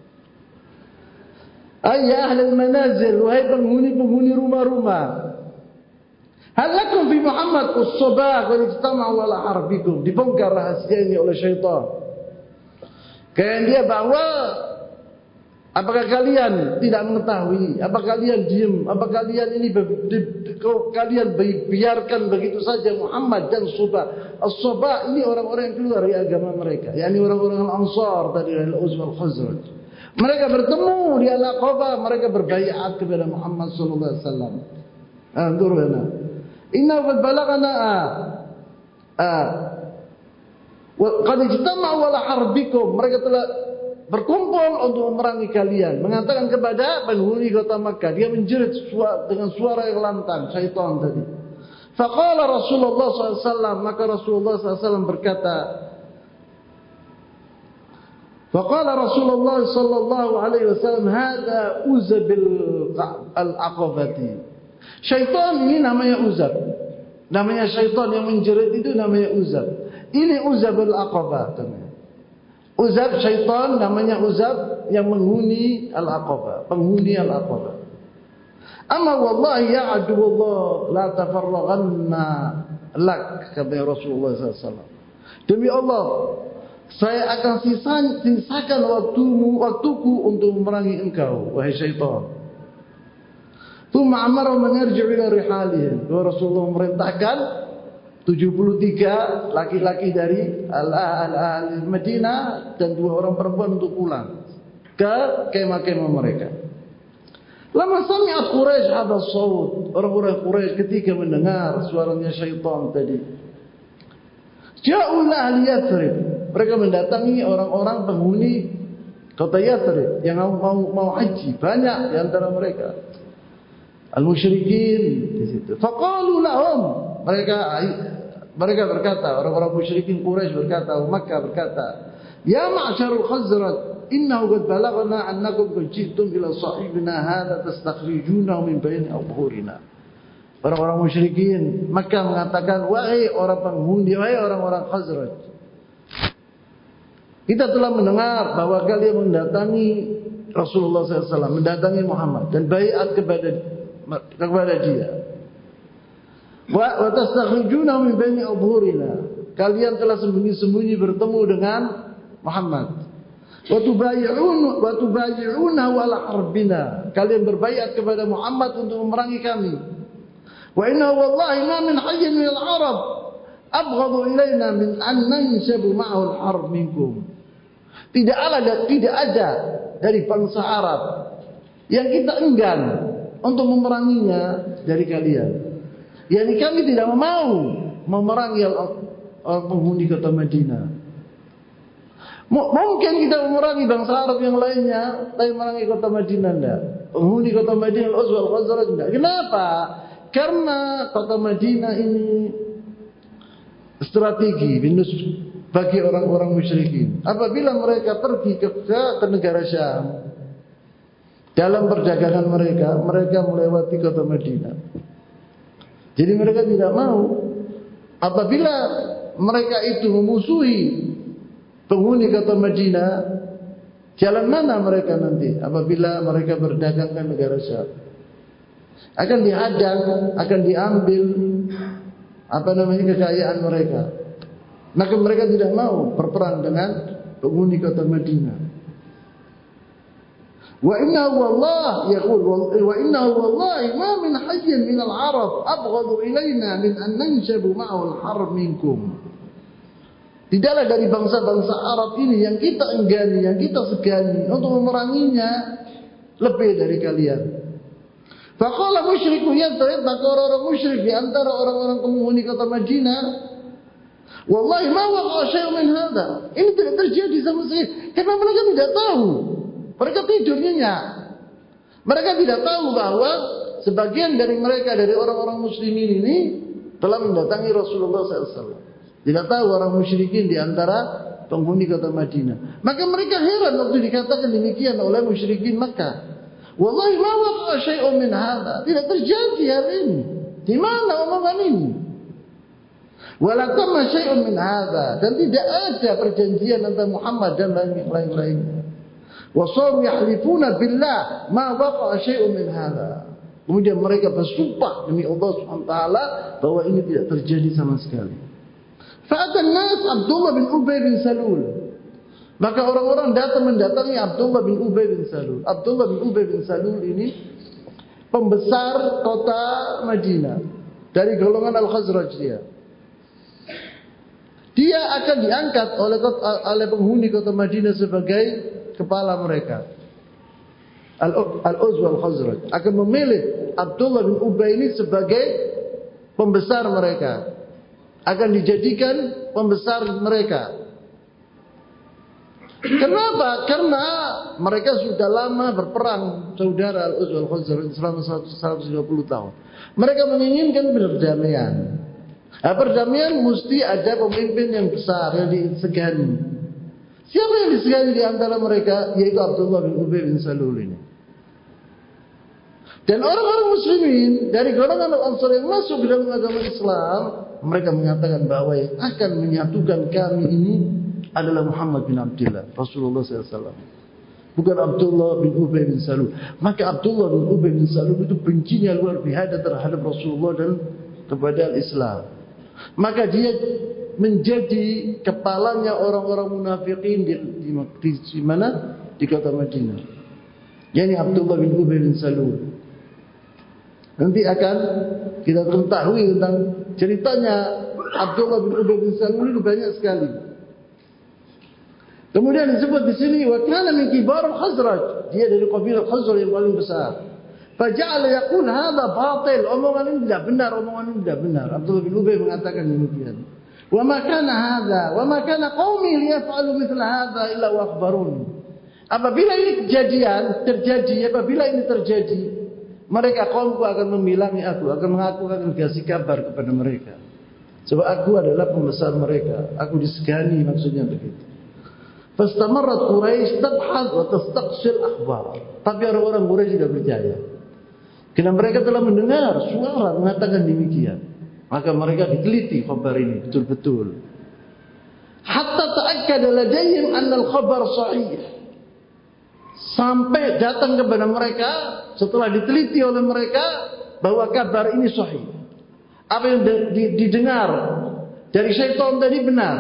Ay ya ahli al-manazil, wahai penghuni rumah-rumah. Hal lakum fi Muhammad us-sabah wa ijtama'u ala harbikum. Dibongkar rahasia ini oleh syaitan. Kayak dia bahwa apakah kalian tidak mengetahui? Apakah kalian diam? Apakah kalian ini kalian biarkan begitu saja Muhammad dan Subah? As-Sabah ini orang-orang yang keluar dari agama mereka, yakni orang-orang Al-Ansar dari Al-Aus wal Khazraj. Mereka bertemu di Al-Aqabah, mereka berbaiat kepada Muhammad sallallahu alaihi wasallam. Anzurna. Inna qad balagana qad ijtama'u ala harbikum. Mereka telah berkumpul untuk memerangi kalian. Mengatakan kepada penghuni kota Makkah, dia menjerit dengan suara yang lantang, syaitan tadi. Faqala Rasulullah SAW, maka Rasulullah SAW berkata, faqala Rasulullah sallallahu alaihi wasallam, hada uzabil al-aqabati. Syaitan ini namanya Uzab. Namanya syaitan yang menjerit itu namanya Uzab. Ini Uzabul Aqabah. Uzab syaitan namanya Uzab yang menghuni Al-Aqabah, penghuni Al-Aqabah. Amma wallahi ya aduwallah la tafarraghanna lak, kata Rasulullah SAW. Demi Allah, saya akan sisakan waktuku untuk memerangi engkau, wahai syaitan. Tsumma amara man yarji'u ila rihalihim. Rasulullah memerintahkan 73 laki-laki dari al-ahli Madinah dan 2 orang perempuan untuk pulang ke kemah-kemah mereka. Lama sami'at Quraisy hadha saut, orang-orang Quraisy ketika mendengar suaranya syaitan tadi, ja'u ahli Yathrib, mereka mendatangi orang-orang penghuni kota Yathrib yang mau haji, banyak di antara mereka. Al-musyrikin di situ. Faqalu lahum, mereka berkata, orang-orang musyrikin Quraisy berkata, Makkah berkata, ya ma'syarul Khazraj, innahu qad balaghna annakum qad ji'tum ila sahibina hadza tastakhrijunahu min baini abhurina. Orang-orang musyrikin Makkah mengatakan, wahai orang penghuni, wahai orang-orang Khazraj, kita telah mendengar bahwa kalian mendatangi Rasulullah SAW, mendatangi Muhammad dan baiat kepada dia. Wa tastakhrijunahu min baini abhurina. Kalian telah sembunyi-sembunyi bertemu dengan Muhammad. Wa tubayyi'una ala harbina. Kalian berbaiat kepada Muhammad untuk memerangi kami. Wa inna wallahi ma min hayyin min al-arab abghadu ilaina min an nanshabu ma'ahu al-harb minkum. Tidak ada dari bangsa Arab yang kita enggan untuk memeranginya dari kalian. Yani kami tidak mau memerangi orang penghuni kota Madinah. Mungkin kita memerangi bangsa Arab yang lainnya, tapi memerangi kota Madinah tidak. Penghuni kota Madinah Al-Aus wal Khazraj tidak. Kenapa? Karena kota Madinah ini strategi bagi orang-orang musyrikin. Apabila mereka pergi ke negara Syam, dalam perjalanan mereka melewati kota Madinah. Jadi mereka tidak mau. Apabila mereka itu memusuhi penghuni kota Madinah, jalan mana mereka nanti? Apabila mereka berdagang ke negara Syam, akan dihadang, akan diambil kekayaan mereka. Maka mereka tidak mau berperang dengan penghuni kota Madinah. Wa innahu wallahi yaqul wa innahu wallahi ma min hayyin min al-arab abghadu ilaina min an nanshabu ma'ahu al-harb minkum. Tidaklah dari bangsa-bangsa Arab ini yang kita enggani, yang kita segani untuk memeranginya lebih dari kalian. Faqala musyriku Yathrib, maka orang-orang musyrik di antara orang-orang penghuni kota Madinah, wallahi ma waqa'a syai'un min hadza. Ini tidak terjadi sama sekali. Karena mereka tidak tahu. Mereka tidur nyenyak. Mereka tidak tahu bahwa sebagian dari mereka, dari orang-orang muslimin ini telah mendatangi Rasulullah SAW. Tidak tahu orang musyrikin di antara penghuni kota Madinah. Maka mereka heran waktu dikatakan demikian oleh musyrikin Makkah. Wallahi ma waqa'a syai'un min hadza. Tidak terjadi hal ini. Di mana omongan ini? Wala tamma syai'un min hadza. Dan tidak ada perjanjian antara Muhammad dan lain-lainnya. Wa saru yahlifuna billah ma waqa'a syai'un min hadza. Kemudian mereka bersumpah demi Allah Subhanahu wa taala bahwa ini tidak terjadi sama sekali. Fa'atan nas Abdullah bin Ubay bin Salul. Maka orang-orang datang mendatangi Abdullah bin Ubay bin Salul. Abdullah bin Ubay bin Salul ini pembesar kota Madinah dari golongan Al-Khazraj dia. Dia akan diangkat oleh penghuni kota Madinah sebagai kepala mereka. Al-Uz wal Khazraj akan memilih Abdullah bin Ubay ini sebagai pembesar mereka. Akan dijadikan pembesar mereka. Kenapa? Karena mereka sudah lama berperang, saudara Al-Uz wal Khazraj, selama 150 tahun. Mereka menginginkan perdamaian. Nah, perdamaian mesti ada pemimpin yang besar yang disegani. Siapa yang disegani di antara mereka? Yaitu Abdullah bin Ubay bin Salul ini. Dan orang-orang muslimin dari golongan Al-Ansar yang masuk ke dalam agama Islam, mereka mengatakan bahwa yang akan menyatukan kami ini adalah Muhammad bin Abdullah, Rasulullah SAW. Bukan Abdullah bin Ubay bin Salul. Maka Abdullah bin Ubay bin Salul itu bencinya luar biasa terhadap Rasulullah dan kepada Islam. Maka dia menjadi kepalanya orang-orang munafikin di mana? Di kota Madinah. Yani Abdullah bin Ubay bin Salul. Nanti akan kita ketahui tentang ceritanya Abdullah bin Ubay bin Salul itu banyak sekali. Kemudian disebut di sini wa kana min kibar al-Khazraj, dia dari kabilah Khazraj yang paling besar. Faja'ala yaqul hadha batil, omongan ini tidak benar, omongan ini tidak benar. Abdullah bin Ubay mengatakan demikian. Wa ma kana hadha wa ma kana qaumi liyaf'alu mithla hadha illa wa akhbaruni. Apabila ini apabila ini terjadi, mereka kaumku akan membilangi aku, akan mengaku, akan kasih kabar kepada mereka. Sebab aku adalah pembesar mereka, aku disegani, maksudnya begitu. Fastamarrat Quraisy tabhad wa tastaqsil akhbar. Tapi orang-orang Quraisy tidak percaya. Karena mereka telah mendengar suara mengatakan demikian. Maka mereka diteliti kabar ini betul-betul. Hatta ta'akkada ladayhim anna al-khabar sahih. Sampai datang kepada mereka setelah diteliti oleh mereka bahwa kabar ini sahih. Apa yang didengar dari syaitan tadi benar.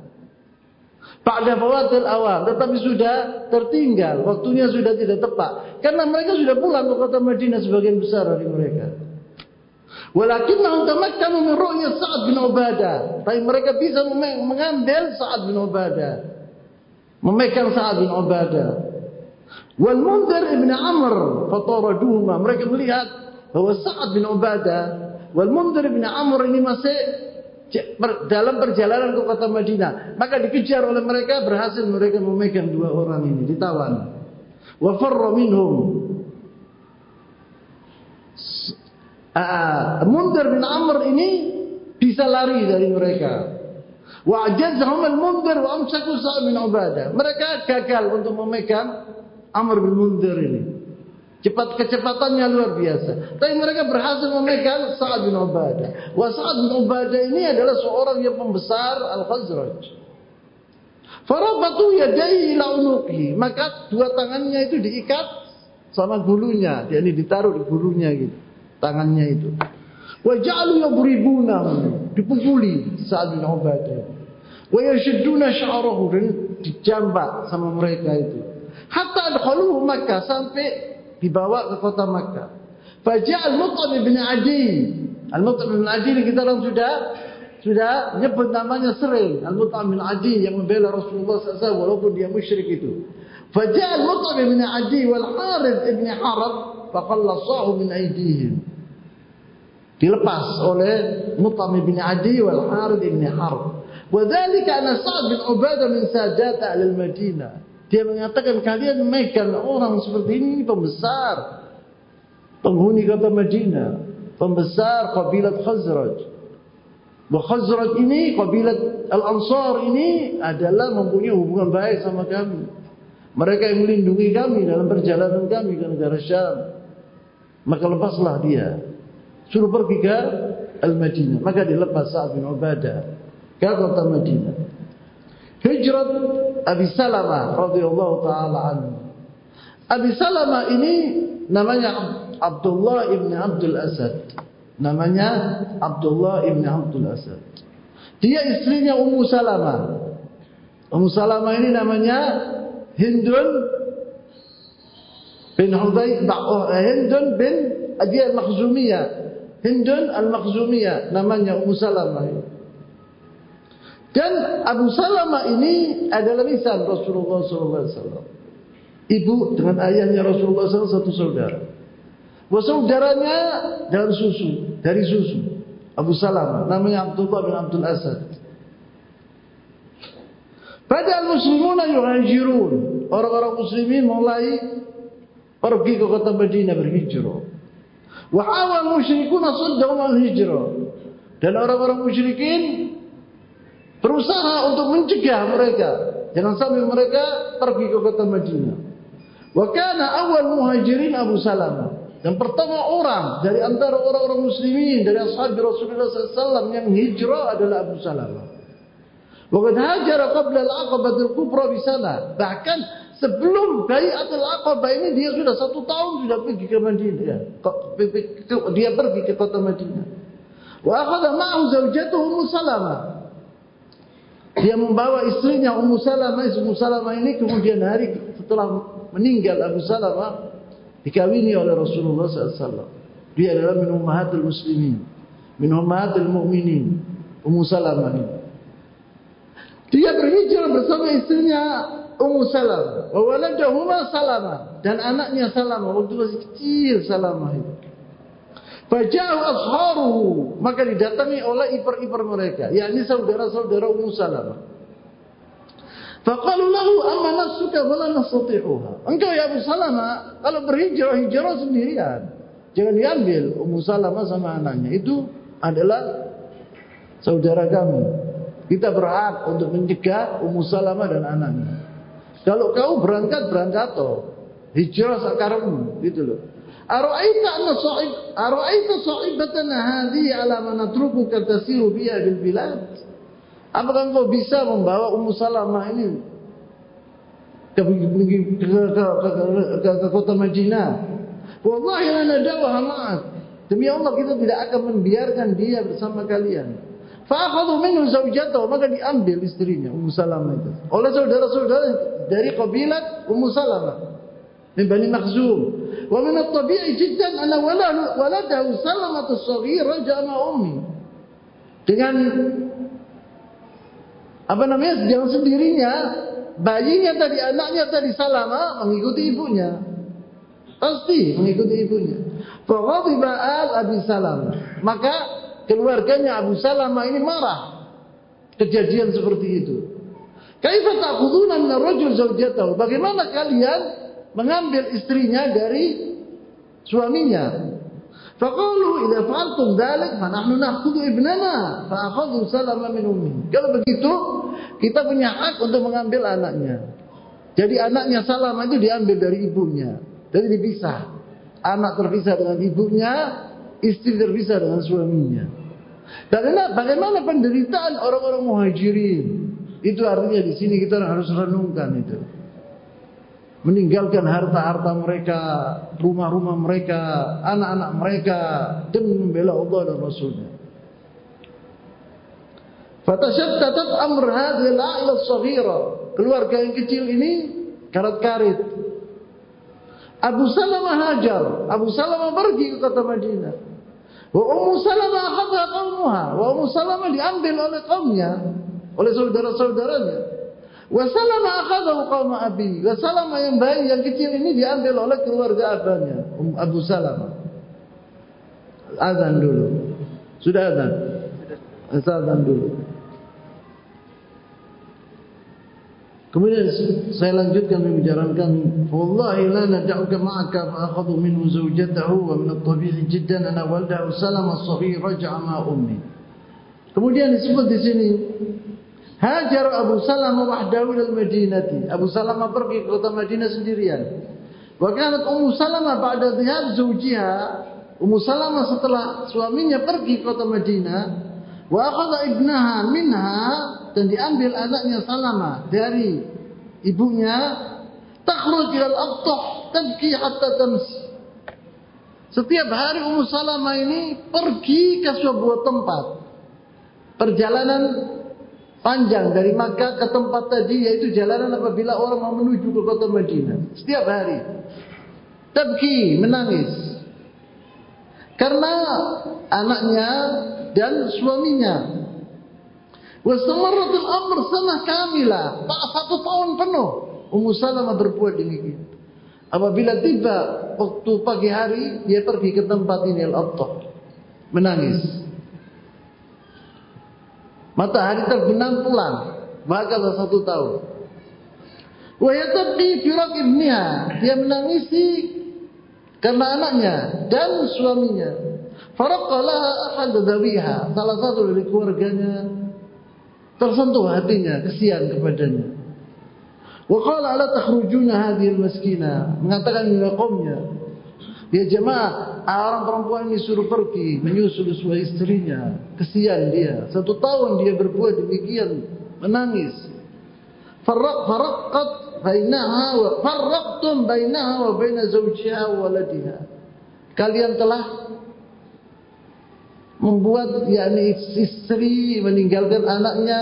Ba'da fawatil awal, tetapi sudah tertinggal, waktunya sudah tidak tepat. Karena mereka sudah pulang ke kota Madinah sebagian besar dari mereka. Walakinnahum tamakkanu min ru'yat Sa'ad bin Ubadah. Tapi mereka bisa mengambil Sa'ad bin Ubadah. Memegang Sa'ad bin Ubadah. Wal Mundhir ibn Amr fataraduhuma. Mereka melihat bahwa Sa'ad bin Ubadah wal Mundhir ibn Amr ini masih dalam perjalanan ke kota Madinah. Maka dikejar oleh mereka, berhasil mereka memegang dua orang ini, ditawan. Wa farra minhum. Mundhir bin Amr ini bisa lari dari mereka. Wa ajazahum al-Mundhir wa amsaku Sa'ad bin Ubadah. Mereka gagal untuk memegang Amr bin Mundhir ini. Kecepatannya luar biasa. Tapi mereka berhasil memegang Sa'ad bin Ubadah. Wa Sa'ad bin Ubadah ini adalah seorang yang pembesar Al-Khazraj. Farabatu yadayhi ila unuqihi. Maka dua tangannya itu diikat sama gulunya. Dia ini ditaruh di gulunya gitu. Tangannya itu. Wa ja'alu yabribuna. Dipukuli Sa'ad bin Ubadah. Wa yashudduna sya'rahu. Dan dijambak sama mereka itu. Hatta adkhaluhu Makkah, sampai dibawa ke kota Makkah. Faja' al-Mut'im bin Adi. Al-Mut'im bin Adi kita orang sudah nyebut namanya sering, Al-Mut'im bin Adi yang membela Rasulullah SAW walaupun dia musyrik itu. Faja'al Mut'im bin Adi wal Harith ibn Harb faqallasahu min aydihim. Dilepas oleh Mut'im bin Adi wal Harith ibn Harb. Wa dzalika anna Sa'd bin Ubadah min sadat al-Madinah. Dia mengatakan kalian megang orang seperti ini pembesar penghuni kota Madinah, pembesar kabilat Khazraj. Khazraj ini, kabilat Al-Ansar ini adalah mempunyai hubungan baik sama kami. Mereka yang melindungi kami dalam perjalanan kami ke negara Syam. Maka lepaslah dia. Suruh pergi ke Al-Madinah. Maka dilepas Sa'd bin Ubadah ke kota Madinah. Hijrat Abi Salamah radhiyallahu taala anhu. Abi Salamah ini namanya Abdullah ibn Abdul Asad. Namanya Abdullah ibn Abdul Asad. Dia istrinya Ummu Salamah. Ummu Salamah ini namanya Hindun bin Hindun bin Adi al-Makhzumiyah. Hindun al-Makhzumiyah namanya Ummu Salamah. Dan Abu Salamah ini adalah lisan Rasulullah SAW. Ibu dengan ayahnya Rasulullah SAW satu saudara. Saudaranya dari susu. Abu Salamah namanya Abdullah bin Abdul Asad. Padahal muslimuna yuhajirun. Orang-orang muslimin mulai pergi ke kota Madinah berhijrah. Wa awal musyrikuna saddahum al-hijrah. Dan orang-orang musyrikin berusaha untuk mencegah mereka jangan sampai mereka pergi ke kota Madinah. Wa kana awal muhajirin Abu Salamah. Dan pertama orang dari antara orang-orang muslimin dari ashab Rasulullah SAW yang hijrah adalah Abu Salamah. Waqad hajara qabla al-Aqabatul Kubra di sana. Bahkan sebelum Bai'atul Aqabah ini dia sudah 1 tahun sudah pergi ke Madinah. Dia pergi ke kota Madinah. Wa akhadha ma'ahu zawjatuhu Ummu Salamah. Dia membawa istrinya Ummu Salamah. Ummu Salamah ini kemudian hari setelah meninggal Abu Salamah dikawini oleh Rasulullah SAW. Dia adalah min ummahatil muslimin, min ummahatil mu'minin, Ummu Salamah ini. Dia berhijrah bersama istrinya Ummu Salamah. Wa waladahuma Salamah. Dan anaknya Salamah. Waktu masih kecil Salamah itu. Faja'u asharuhu. Maka didatangi oleh ipar-ipar mereka. Yakni saudara-saudara Ummu Salamah. Faqalu lahu amma nafsuka wala nastati'uha. Engkau ya Abu Salamah kalau hijrah sendirian. Jangan diambil Ummu Salamah sama anaknya. Itu adalah saudara kami. Kita berhak untuk mencegah Ummu Salamah dan anaknya. Kalau kau berangkat toh. Hijrah sakaremu gitu loh. Ara'aita sa'ibatana hadhihi ala man natrukuka tasiru biha bil bilad. Apakah engkau bisa membawa Ummu Salamah ini ke kota Madinah? Wallahi la nadawaha ma'ak. Demi Allah kita tidak akan membiarkan dia bersama kalian. Fa'akhadhu minhu zawjatahu, maka diambil istrinya Ummu Salamah itu oleh saudara-saudara dari kabilat Ummu Salamah min Bani Makhzum. Wa min at-tabi'i jiddan anna waladahu Salamah as-saghira jama ummi. Dengan jangan sendirinya bayinya tadi, anaknya tadi Salamah mengikuti ibunya. Pasti mengikuti ibunya. Fa ghadiba Abi Salamah. Maka keluarganya Abu Salamah ini marah kejadian seperti itu. Kaifa ta'khuduna min ar-rajul zawjatahu? Bagaimana kalian mengambil istrinya dari suaminya? Faqalu idza fa'altum dzalik fa nahnu na'khudhu ibnana fa akhadhu Salamah min ummi. Kalau begitu kita punya hak untuk mengambil anaknya. Jadi anaknya Salamah itu diambil dari ibunya. Jadi dipisah. Anak terpisah dengan ibunya, istri terpisah dengan suaminya. Bagaimana penderitaan orang-orang muhajirin? Itu artinya di sini kita harus renungkan itu. Meninggalkan harta-harta mereka, rumah-rumah mereka, anak-anak mereka demi membela Allah dan Rasulnya. Fatashattatat amr hadhihi al-a'ilah as-saghira. Keluarga yang kecil ini karat-karit. Abu Salamah hajar. Abu Salamah pergi ke kota Madinah. Wa Ummu Salamah akhadha qaumuha. Wa Ummu Salamah diambil oleh kaumnya, oleh saudara-saudaranya. Wa Salamah akhadha qauma abi. Wa Salamah yang bayi yang kecil ini diambil oleh keluarga abahnya, Abu Salamah. Azan dulu. Sudah azan? Azan dulu. Kemudian saya lanjutkan pembicaraan kami. Wallahi la nad'uka ma'aka fa akhadhu minhu zawjatahu wa min at-tabi'i jiddan ana waldahu Salamah as-saghir raja'a ma ummi. Kemudian disebut di sini Hajar Abu Salamah wahdahu ila al-Madinati. Abu Salamah pergi ke kota Madinah sendirian. Wa kanat Ummu Salamah ba'da dhihab zawjiha. Ummu Salamah setelah suaminya pergi ke kota Madinah, wa akhadha ibnaha minha, dan diambil anaknya Salamah dari ibunya, takhruj ila al-abtah tabki hatta tamsi. Setiap hari Ummu Salamah ini pergi ke sebuah tempat. Perjalanan panjang dari Makkah ke tempat tadi, yaitu jalanan apabila orang mau menuju ke kota Madinah. Setiap hari tabki, menangis karena anaknya dan suaminya. Wastamarratul amr sanah kamilah, tak 1 tahun penuh Ummu Salamah berbuat demikian. Apabila tiba waktu pagi hari, dia pergi ke tempat ini al-abtah, menangis. Matahari terbenam pulang, bakal 1 tahun. Wa yatabqi firaq ibniha, dia menangisi karena anaknya dan suaminya. Faraqalaha ahad dhawiha, salah satu dari keluarganya tersentuh hatinya, kesian kepadanya. Wa qala ala takhrujuna hadhihi al-maskina, mengatakan kepada kaumnya, ya jemaah, orang perempuan ini suruh pergi menyusul istrinya, kesian dia. 1 tahun dia berbuat demikian, menangis. Faraqat bainaha wa farraqtum bainaha wa baina zawjiha wa waladiha. Kalian telah membuat yakni istri meninggalkan anaknya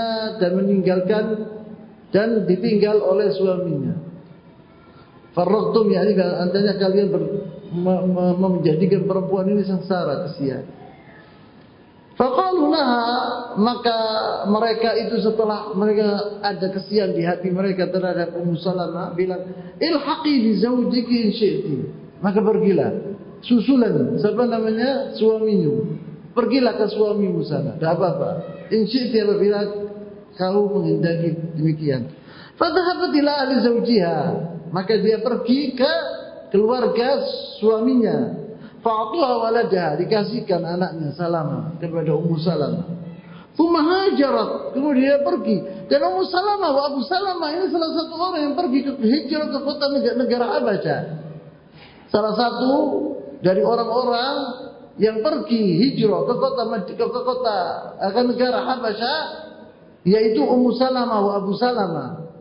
dan ditinggal oleh suaminya. Farraqtum yakni artinya kalian menjadikan perempuan ini sengsara, kesian. Faqalu laha, maka mereka itu setelah mereka ada kesian di hati mereka terhadap Ummu Salamah, bilang, ilhaqi bi zawjiki in syi'ti. Maka pergilah, susulan, siapa namanya? Suamimu. Pergilah ke suamimu sana, tidak apa-apa. In syi'ti, apabila kau menghendaki demikian. Fadhahabat ila ahli zawjiha, maka dia pergi ke keluarga suaminya. Fa'atuha waladaha, dikasihkan anaknya Salamah kepada Ummu Salamah. Tsumma hajarat, kemudian dia pergi. Dan Ummu Salamah wa Abu Salamah ini salah satu orang yang pergi ke hijrah ke kota negara Habasyah. Salah satu dari orang-orang yang pergi hijrah ke negara Habasyah, yaitu Ummu Salamah wa Abu Salamah.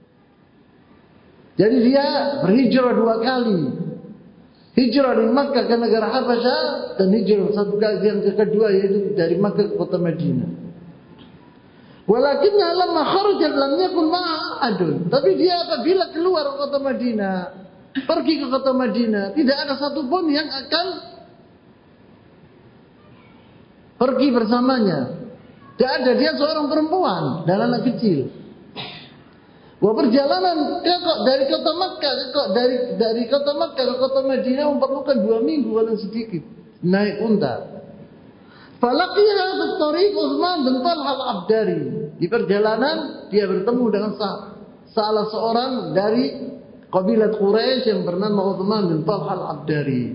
Jadi dia berhijrah 2 kali. Hijrah dari Makkah ke negara Habasyah, dan hijrah satu kali yang kedua yaitu dari Makkah ke kota Madinah. Walakinna lamma kharajat lam yakun ma'adun. Tapi dia apabila keluar ke kota Madinah, pergi ke kota Madinah, tidak ada satupun yang akan pergi bersamanya. Tidak ada, dia seorang perempuan dan anak kecil. Bahwa perjalanan dari kota Makkah dari kota Makkah ke kota Madinah memerlukan 2 minggu paling sedikit naik unta. Falaqiha at-tariq Utsman bin Talha al-Abdari. Di perjalanan dia bertemu dengan salah seorang dari kabilah Quraisy yang bernama Utsman bin Talha al-Abdari.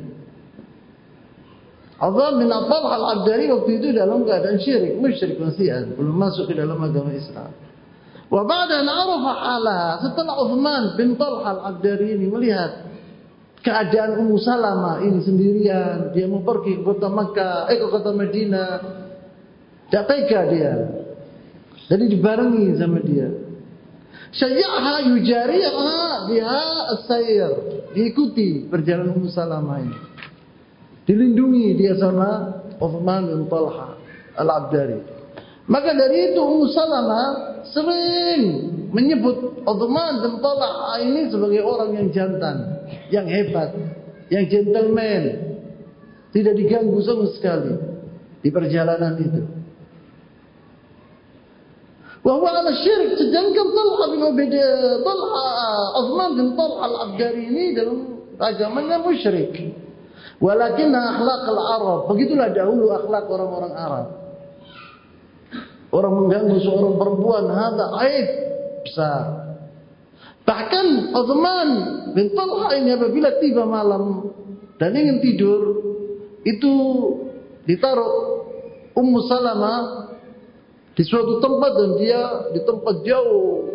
Utsman bin Talha al-Abdari waktu itu dalam keadaan musyrik masih belum masuk ke dalam agama Islam. Wa ba'da an arafa halaha, setelah Utsman bin Talha al-Abdari ini melihat keadaan Ummu Salamah ini sendirian, dia mau pergi ke kota Makkah, ke kota Madinah, tidak tega dia. Jadi dibarengi sama dia. Syaja'ha yujariha biha as-sayr, diikuti perjalanan Ummu Salamah ini. Dilindungi dia sama Utsman bin Talha al-Abdari. Maka dari itu Ummu Salamah sering menyebut Utsman bin Talha ini sebagai orang yang jantan, yang hebat, yang gentleman, tidak diganggu sama sekali. di perjalanan itu. Wahwa ala syirik, sedangkan Talha Uthman bin Talha al-Abdari ini dalam agamanya musyrik. Walakinna akhlaq al-Arab, begitulah dahulu akhlak orang-orang Arab. Orang mengganggu seorang perempuan, hada aib besar. Bahkan Uthman bin Talha ini apabila tiba malam dan ingin tidur, itu ditaruh Ummu Salamah di suatu tempat dan dia di tempat jauh,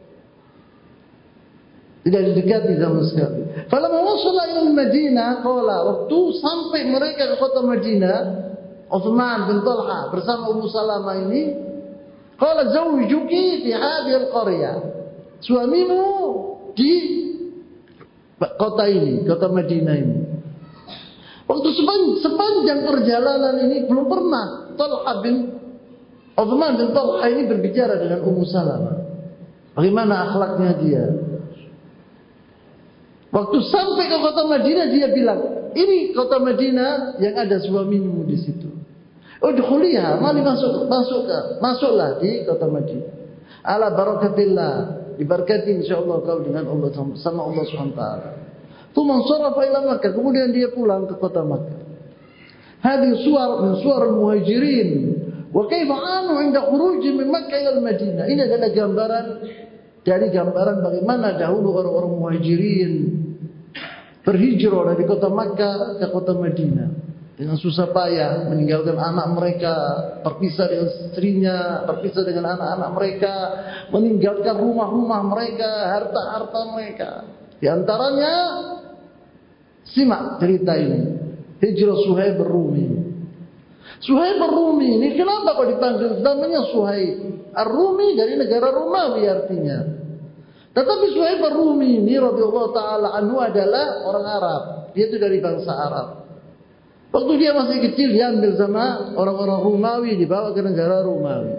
tidak didekati sama sekali. Falamma wasala ila Madinah, qala, waktu sampai mereka ke kota Madinah, Uthman bin Talha bersama Ummu Salamah ini, qala zawjuki fi hadhihi al-qaryah. Suamimu di kota ini, kota Madinah ini. Waktu sepanjang perjalanan ini belum pernah Uthman bin Talha ini berbicara dengan Ummu Salamah. Bagaimana akhlaknya dia? Waktu sampai ke kota Madinah dia bilang, ini kota Madinah yang ada suamimu di situ. Udkhuliha, mari masuklah di kota Madinah. Ala barakatillah, diberkati insyaallah kau dengan Allah sama Allah Subhanahu wa taala. Tsumma sarafa ila Makkah, kemudian dia pulang ke kota Makkah. Hadhihi suwar min suwar al-muhajirin wa kaifa anu 'inda khuruj min Makkah ila al-Madinah. Ini adalah gambaran dari gambaran bagaimana dahulu orang-orang muhajirin berhijrah dari kota Makkah ke kota Madinah dengan susah payah, meninggalkan anak mereka, berpisah dengan istrinya, berpisah dengan anak-anak mereka, meninggalkan rumah-rumah mereka, harta-harta mereka. Di antaranya simak cerita ini, hijrah Suhaib ar-Rumi. Suhaib ar-Rumi ini kenapa kok dipanggil namanya Suhaib? Ar-Rumi dari negara Romawi artinya. Tetapi Suhaib ar-Rumi ini radhiyallahu taala anhu adalah orang Arab. Dia itu dari bangsa Arab. Waktu dia masih kecil diambil sama orang-orang Romawi, dibawa ke negara Romawi.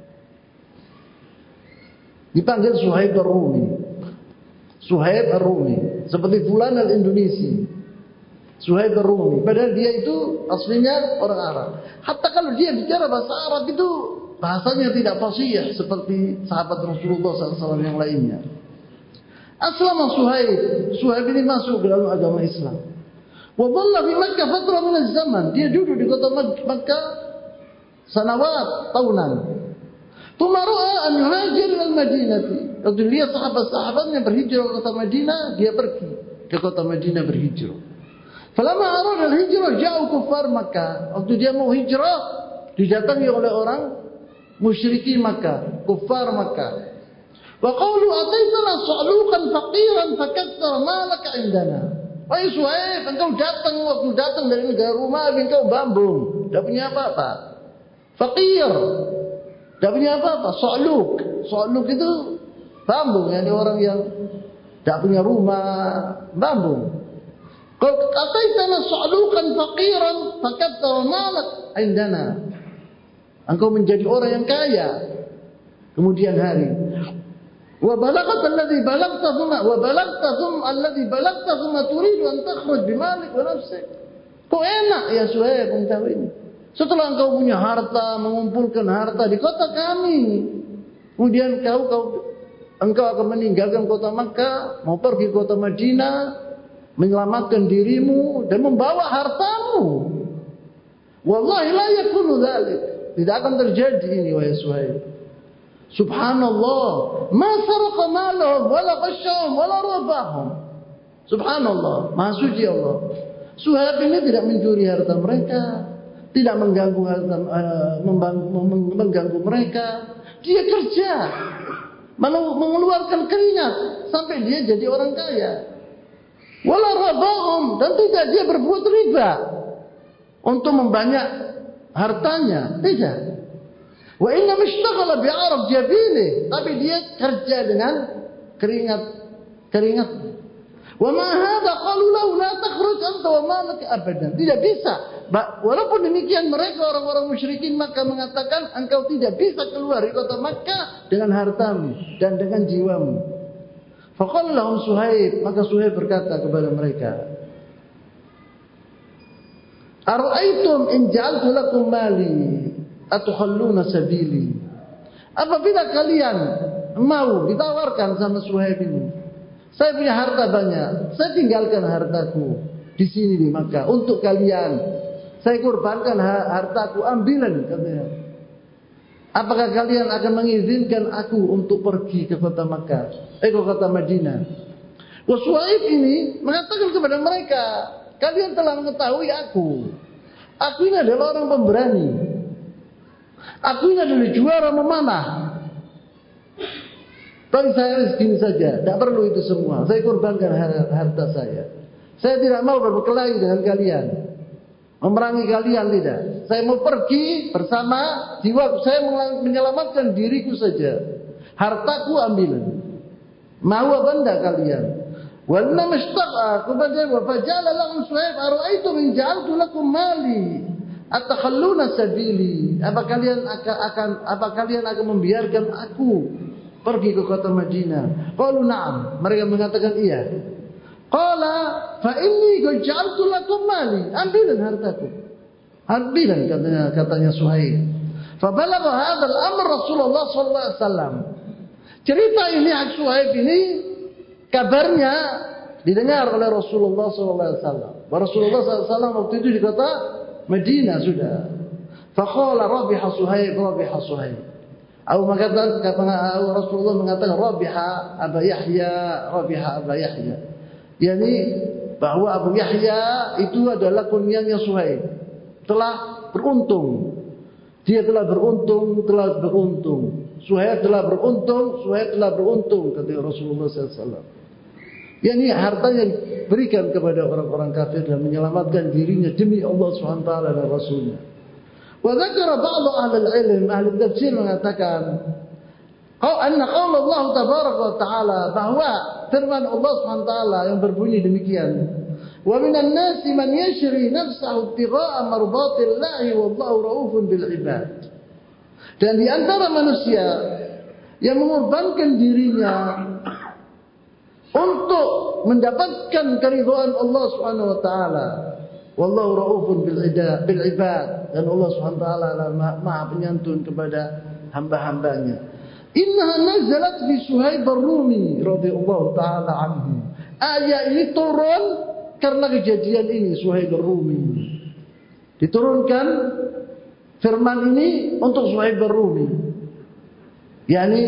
Dipanggil Suhaib ar-Rumi. Suhaib ar-Rumi, seperti Fulan al-Indonesi. Suhaib ar-Rumi, padahal dia itu aslinya orang Arab. Hatta kalau dia bicara bahasa Arab itu bahasanya tidak fasih seperti sahabat Rasulullah SAW yang lainnya. Aslama Suhaib. Suhaib ini masuk ke dalam agama Islam. Wa dhalla fi Makkah fatrah min az-zaman. Dia duduk di kota Makkah sanawat, tahunan. Tsumma ra'a an yuhajir ila al-Madinah. Waktu lihat sahabat-sahabatnya berhijrah ke kota Madinah, dia pergi ke kota Madinah berhijrah. Falamma arada al-hijrah ja'u kuffar Makkah. Waktu dia mau hijrah, didatangi oleh orang musyrikin Makkah, kuffar Makkah. Wa qalu ataitana sa'lukan faqiran fakatsara malaka indana. Wahai Suhaib, engkau waktu datang dari negara Romawi, engkau bambung, tidak punya apa-apa. Faqir, tidak punya apa-apa. Sa'luk itu bambung, yani orang yang tidak punya rumah, bambung. Qul ataitana sa'lukan faqiran fakatsara malak indana. Engkau menjadi orang yang kaya kemudian hari. Wa balaghat alladhi balagta thumma turidu an takhruj bimalik wa nafsik. Kok enak ya Suhaib engkau ini. Setelah engkau punya harta, mengumpulkan harta di kota kami, kemudian engkau akan meninggalkan kota Makkah, mau pergi ke kota Madinah, menyelamatkan dirimu dan membawa hartamu. Wallahi la yakunu dzalik. Tidak akan terjadi ini wahai Suhaib. Subhanallah, ma saraqa malahum wala ghashahum wala rabahum. Subhanallah, maha suci Allah. Suhaib ini tidak mencuri harta mereka, tidak mengganggu mereka. Dia kerja, mengeluarkan keringat sampai dia jadi orang kaya. Wala rabahum, dan tidak dia berbuat riba untuk membanyak hartanya, tidak. Wa inna mashtaghala bi'arab jabini, tapi dia kerja dengan keringat. Wa ma hadha qalu lahu la takhruj anta wa malaka abadan. Tidak bisa. Walaupun demikian mereka orang-orang musyrikin Makkah mengatakan engkau tidak bisa keluar dari kota Makkah dengan hartamu dan dengan jiwamu. Faqala lahum Suhaib, maka Suhaib berkata kepada mereka, Ara'aitum in ja'altu lakum mali atukhalluna sabili. Apabila kalian mau ditawarkan sama Suhaib ini, saya punya harta banyak, saya tinggalkan hartaku di sini di Makkah untuk kalian. Saya kurbankan hartaku, ambilan katanya. Apakah kalian akan mengizinkan aku untuk pergi ke kota Makkah, ke kota Madinah? Suhaib ini mengatakan kepada mereka, kalian telah mengetahui aku. Aku ini adalah orang pemberani. Aku ini adalah juara memanah. Tapi saya segini saja, tidak perlu itu semua. Saya kurbankan harta saya. Saya tidak mau berkelahi dengan kalian, memerangi kalian, tidak. Saya mau pergi bersama jiwa. Saya menyelamatkan diriku saja. Hartaku ambil. Mau apa enggak kalian? Walna mashtaqa kepada wa fajala lahum Suhaib ara'aitum in ja'altu lakum mali atakhalluna sabili. Apa kalian akan membiarkan aku pergi ke kota Madinah? Qalu na'am. Mereka mengatakan iya. Qala fa inni qad ja'altu lakum mali. Ambilan hartaku. Ambilan katanya Suhaib. Fa balagha hadzal amr Rasulullah sallallahu alaihi wasallam. Cerita ini Suhaib ini kabarnya didengar oleh Rasulullah sallallahu alaihi wasallam. Rasulullah sallallahu alaihi wasallam waktu itu di kota Madinah sudah. Fa qala rabiha Suhaib. Rasulullah mengatakan rabiha Aba Yahya. Yani bahwa Abu Yahya itu adalah kunyahnya Suhaib. Telah beruntung. Dia telah beruntung. Suhaib telah beruntung, kata Rasulullah SAW. Yani hartanya berikan kepada orang-orang kafir dan menyelamatkan dirinya demi Allah SWT dan Rasulnya. Wa dzakara ba'du ahli tafsir mengatakan anna qaul Allah tabaraka wa ta'ala, bahwa firman Allah SWT yang berbunyi demikian. Wa minan nasi man yashri nafsahu ibtigha'a mardatillahi wallahu raufun bil ibad. Dan di antara manusia yang mengorbankan dirinya untuk mendapatkan keridhaan Allah Subhanahu wa taala. Wallahu raufun bil ibad. Dan Allah Subhanahu wa taala Maha penyantun kepada hamba-hambanya. Innaha nazalat bi Suhaib ar-Rumi radhiyallahu taala anhu. Ayat ini turun karena kejadian ini Suhaib ar-Rumi. Diturunkan firman ini untuk Suhaib ar-Rumi. Yani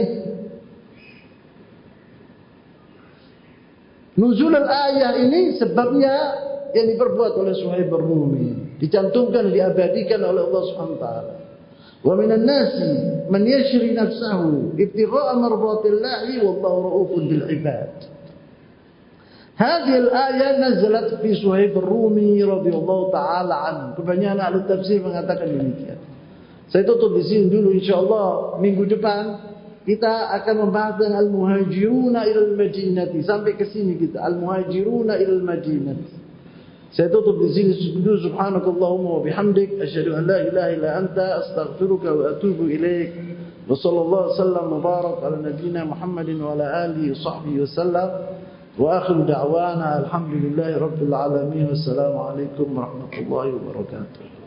nuzul al-ayah ini sebabnya yang diperbuat oleh Suhaib ar-Rumi, dicantumkan, diabadikan oleh Allah Subhanahu wa taala. Wa minan nasi man yashri nafsahu ibtigha'a mardatillahi wallahu raufun bil ibad. Hadhihi al-ayah nazalat fi Suhaib ar-Rumi radhiyallahu taala anhu. Kebanyakan ahli tafsir mengatakan demikian. Saya tutup di sini dulu, insyaallah minggu depan kita akan membahas tentang al-muhajiruna ilal madinati. Sampai ke sini kita al-muhajiruna ilal madinati. Saya tutup di sini dulu. Subhanakallahumma wa bihamdik asyhadu an la ilaha illa anta astaghfiruka wa atubu ilaik. Wa sallallahu wasallam mubarak ala nabiyyina Muhammadin wa ala alihi wa sahbihi wasallam. Wa akhiru da'wana alhamdulillahi rabbil alamin. Wassalamu alaikum warahmatullahi wabarakatuh.